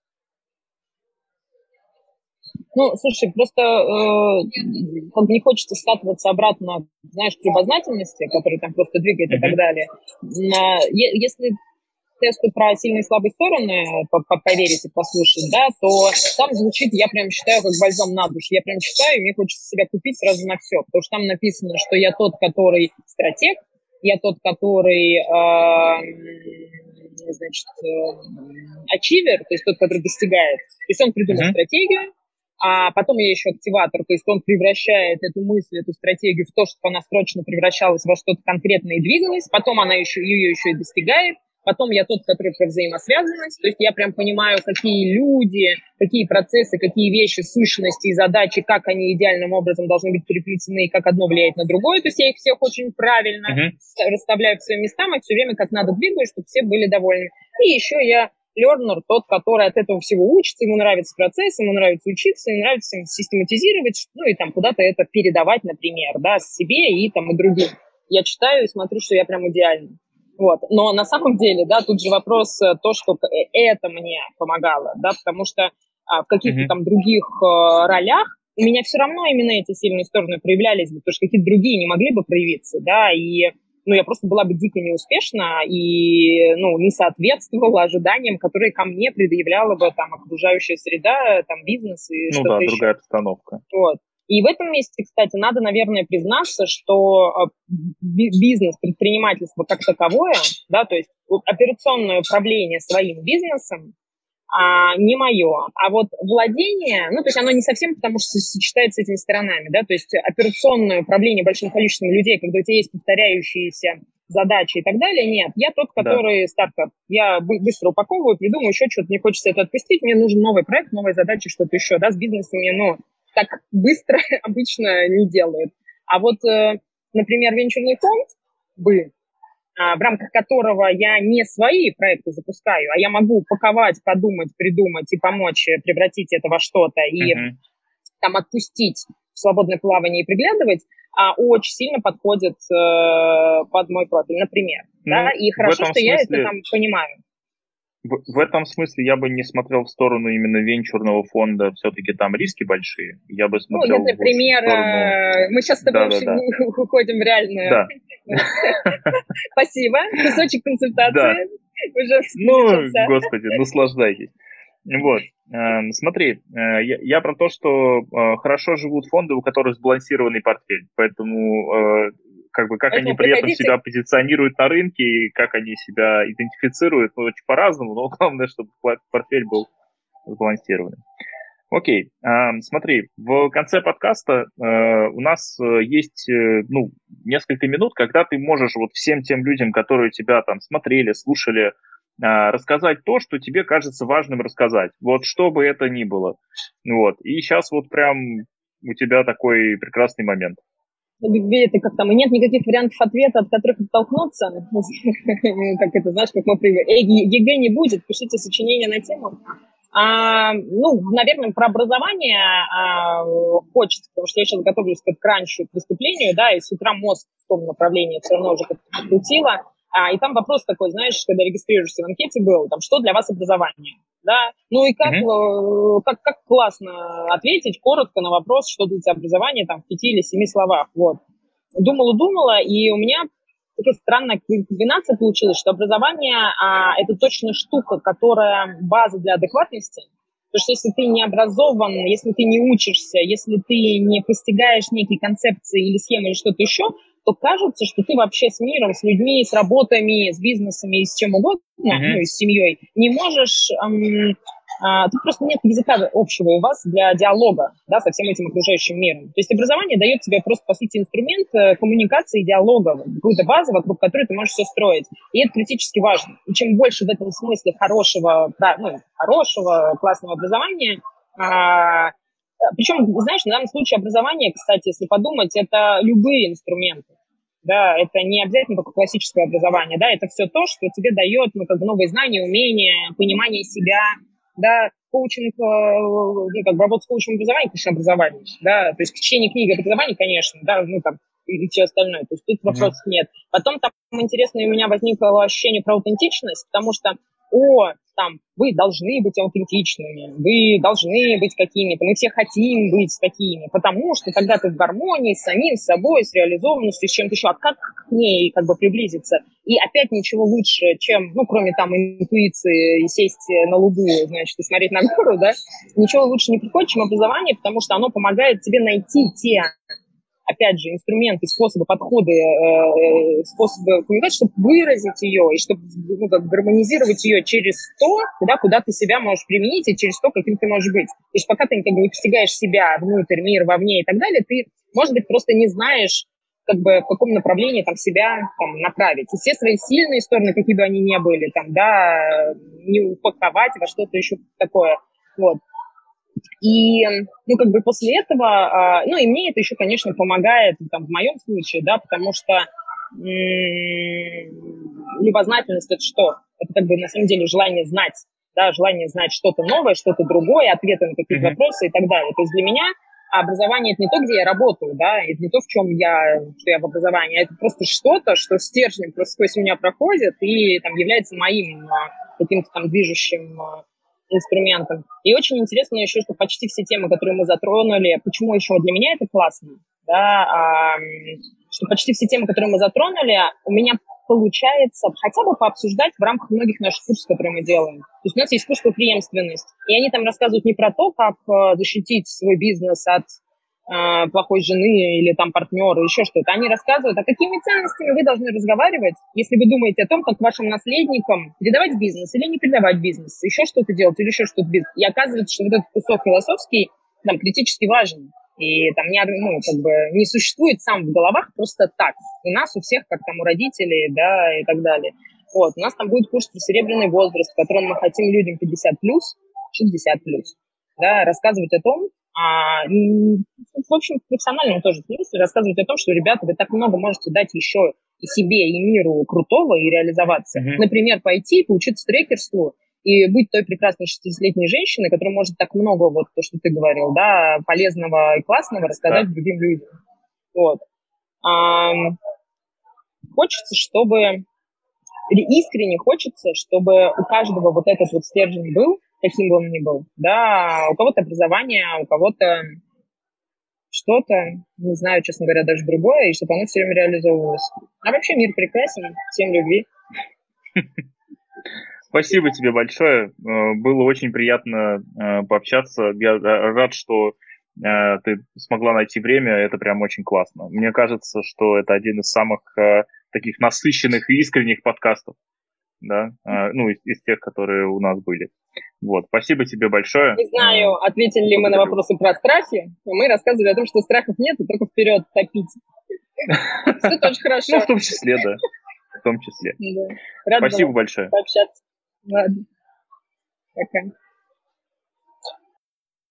Speaker 2: Слушай, просто не хочется скатываться обратно, знаешь, к любознательности, которая там просто двигает и так далее. Если тесты про сильные и слабые стороны поверить и послушать, да, то там звучит, я прям считаю, как бальзам на душу. Я прям читаю, и мне хочется себя купить сразу на все, потому что там написано, что я тот, который стратег, я тот, который, ачивер, то есть тот, который достигает. То есть он придумал стратегию, а потом я еще активатор, то есть он превращает эту мысль, эту стратегию в то, чтобы она срочно превращалась во что-то конкретное и двигалась, потом она ее еще и достигает, потом я тот, который про взаимосвязанность, то есть я прям понимаю, какие люди, какие процессы, какие вещи, сущности и задачи, как они идеальным образом должны быть переплетены и как одно влияет на другое, то есть я их всех очень правильно расставляю по своим местам и все время как надо двигаю, чтобы все были довольны. И еще я learner, тот, который от этого всего учится, ему нравится процесс, ему нравится учиться, ему нравится систематизировать, и там куда-то это передавать, например, да, себе и там и другим. Я читаю и смотрю, что я прям идеальна. Вот. Но на самом деле, да, тут же вопрос то, что это мне помогало, да, потому что в каких-то там других ролях у меня все равно именно эти сильные стороны проявлялись бы, потому что какие-то другие не могли бы проявиться, да, и я просто была бы дико неуспешна и, не соответствовала ожиданиям, которые ко мне предъявляла бы там окружающая среда, там бизнес и что-то еще.
Speaker 1: Другая обстановка.
Speaker 2: Вот. И в этом месте, кстати, надо, наверное, признаться, что бизнес, предпринимательство как таковое, да, то есть операционное управление своим бизнесом, не мое. А вот владение, то есть оно не совсем, потому что сочетается с этими сторонами, да, то есть операционное управление большим количеством людей, когда у тебя есть повторяющиеся задачи и так далее, нет. Я тот, который стартап. Я быстро упаковываю, придумаю еще что-то, мне хочется это отпустить, мне нужен новый проект, новые задачи, что-то еще, да, с бизнесами, так быстро обычно не делают. А вот, например, венчурный фонд в рамках которого я не свои проекты запускаю, а я могу упаковать, подумать, придумать и помочь превратить это во что-то и там отпустить в свободное плавание и приглядывать, очень сильно подходит под мой профиль, например. Да? И хорошо, что я это там понимаю.
Speaker 1: В этом смысле я бы не смотрел в сторону именно венчурного фонда, все-таки там риски большие. Я бы смотрел
Speaker 2: например,
Speaker 1: в сторону...
Speaker 2: мы сейчас с тобой уходим в реальную... Спасибо, кусочек консультации.
Speaker 1: Господи, наслаждайтесь. Вот, смотри, я про то, что хорошо живут фонды, у которых сбалансированный портфель, поэтому как они при этом себя позиционируют на рынке и как они себя идентифицируют, очень по-разному, но главное, чтобы портфель был сбалансированный. Окей, смотри, в конце подкаста у нас есть несколько минут, когда ты можешь вот всем тем людям, которые тебя там смотрели, слушали, рассказать то, что тебе кажется важным рассказать. Вот что бы это ни было. Вот. И сейчас вот прям у тебя такой прекрасный момент.
Speaker 2: Это как там, и нет никаких вариантов ответа, от которых оттолкнуться. Как это, знаешь, как мы привыкли. ЕГЭ не будет, пишите сочинение на тему. Наверное, про образование хочется, потому что я сейчас готовлюсь к кранчу, к выступлению, да, и с утра мозг в том направлении все равно уже как-то покрутило. И там вопрос такой, знаешь, когда регистрируешься в анкете был, там, что для вас образование, да? Ну и как классно ответить коротко на вопрос, что для тебя образование, там, в 5 или 7 словах, вот. Думала, и у меня такая странная комбинация получилась, что образование это точно штука, которая база для адекватности. Потому что если ты не образован, если ты не учишься, если ты не постигаешь некие концепции или схемы или что-то еще, то кажется, что ты вообще с миром, с людьми, с работами, с бизнесами и с чем угодно, и с семьей, не можешь... Тут просто нет языка общего у вас для диалога, да, со всем этим окружающим миром. То есть образование дает тебе просто, по сути, инструмент коммуникации и диалога, какую-то базу, вокруг которой ты можешь все строить. И это критически важно. И чем больше в этом смысле хорошего, классного образования, причем, знаешь, в данном случае образование, кстати, если подумать, это любые инструменты. Да, это не обязательно только классическое образование, да, это все то, что тебе дает, новые знания, умения, понимание себя, да, коучинг, работа с коучем образования, конечно, образование, да, то есть чтение книги образования, конечно, да, и все остальное, то есть тут вопросов нет. Потом там интересное у меня возникло ощущение про аутентичность, потому что, вы должны быть аутентичными, вы должны быть какими-то, мы все хотим быть такими, потому что тогда ты в гармонии с самим собой, с реализованностью, с чем-то еще, как к ней приблизиться. И опять ничего лучше, чем, кроме там интуиции и сесть на лугу, значит, и смотреть на гору, да, ничего лучше не приходит, чем образование, потому что оно помогает тебе найти те, опять же, инструменты, способы, подходы, способы коммуникации, чтобы выразить ее и чтобы гармонизировать ее через то, куда ты себя можешь применить и через то, каким ты можешь быть. То есть пока ты не постигаешь себя внутрь, мир, вовне и так далее, ты, может быть, просто не знаешь, в каком направлении себя направить. И все свои сильные стороны, какие бы они ни были, не упаковать во что-то еще такое. Вот. И, после этого, и мне это еще, конечно, помогает, в моем случае, да, потому что любознательность – это что? Это, на самом деле, желание знать, да, желание знать что-то новое, что-то другое, ответы на какие-то вопросы и так далее. То есть для меня образование – это не то, где я работаю, да, это не то, что я в образовании, а это просто что-то, что стержнем просто сквозь меня проходит и является моим каким-то движущим инструментом. И очень интересно еще, что почти все темы, которые мы затронули, почему еще для меня это классно, да, что почти все темы, которые мы затронули, у меня получается хотя бы пообсуждать в рамках многих наших курсов, которые мы делаем. То есть у нас есть курс по преемственности, и они там рассказывают не про то, как защитить свой бизнес от плохой жены или партнера, еще что-то. Они рассказывают, а какими ценностями вы должны разговаривать, если вы думаете о том, как вашим наследникам передавать бизнес или не передавать бизнес, еще что-то делать или еще что-то. И оказывается, что этот кусок философский критически важен. И не существует сам в головах просто так. У нас у всех, как у родителей, да, и так далее. Вот. У нас там будет курс про серебряный возраст, в котором мы хотим людям 50+, 60+, да, рассказывать о том, в общем, в профессиональном тоже смысле рассказывать о том, что, ребята, вы так много можете дать еще и себе, и миру крутого, и реализоваться. Например, пойти поучиться трекерству и быть той прекрасной 60-летней женщиной, которая может так много, вот то, что ты говорил, да, полезного и классного рассказать другим людям. Вот. Хочется, чтобы... Искренне хочется, чтобы у каждого вот этот вот стержень был, каким бы он ни был, да, у кого-то образование, у кого-то что-то, не знаю, честно говоря, даже другое, и чтобы оно все время реализовывалось. А вообще мир прекрасен, всем любви.
Speaker 1: Спасибо тебе большое. Было очень приятно пообщаться. Я рад, что ты смогла найти время. Это прям очень классно. Мне кажется, что это один из самых таких насыщенных и искренних подкастов, да, ну, из тех, которые у нас были. Вот, спасибо тебе большое.
Speaker 2: Не знаю, ответили ли мы на вопросы про страхи, но мы рассказывали о том, что страхов нет, и только вперед топить. Все тоже хорошо.
Speaker 1: Ну, в том числе, да. В том числе. Спасибо большое.
Speaker 2: Пообщаться. Ладно. Пока.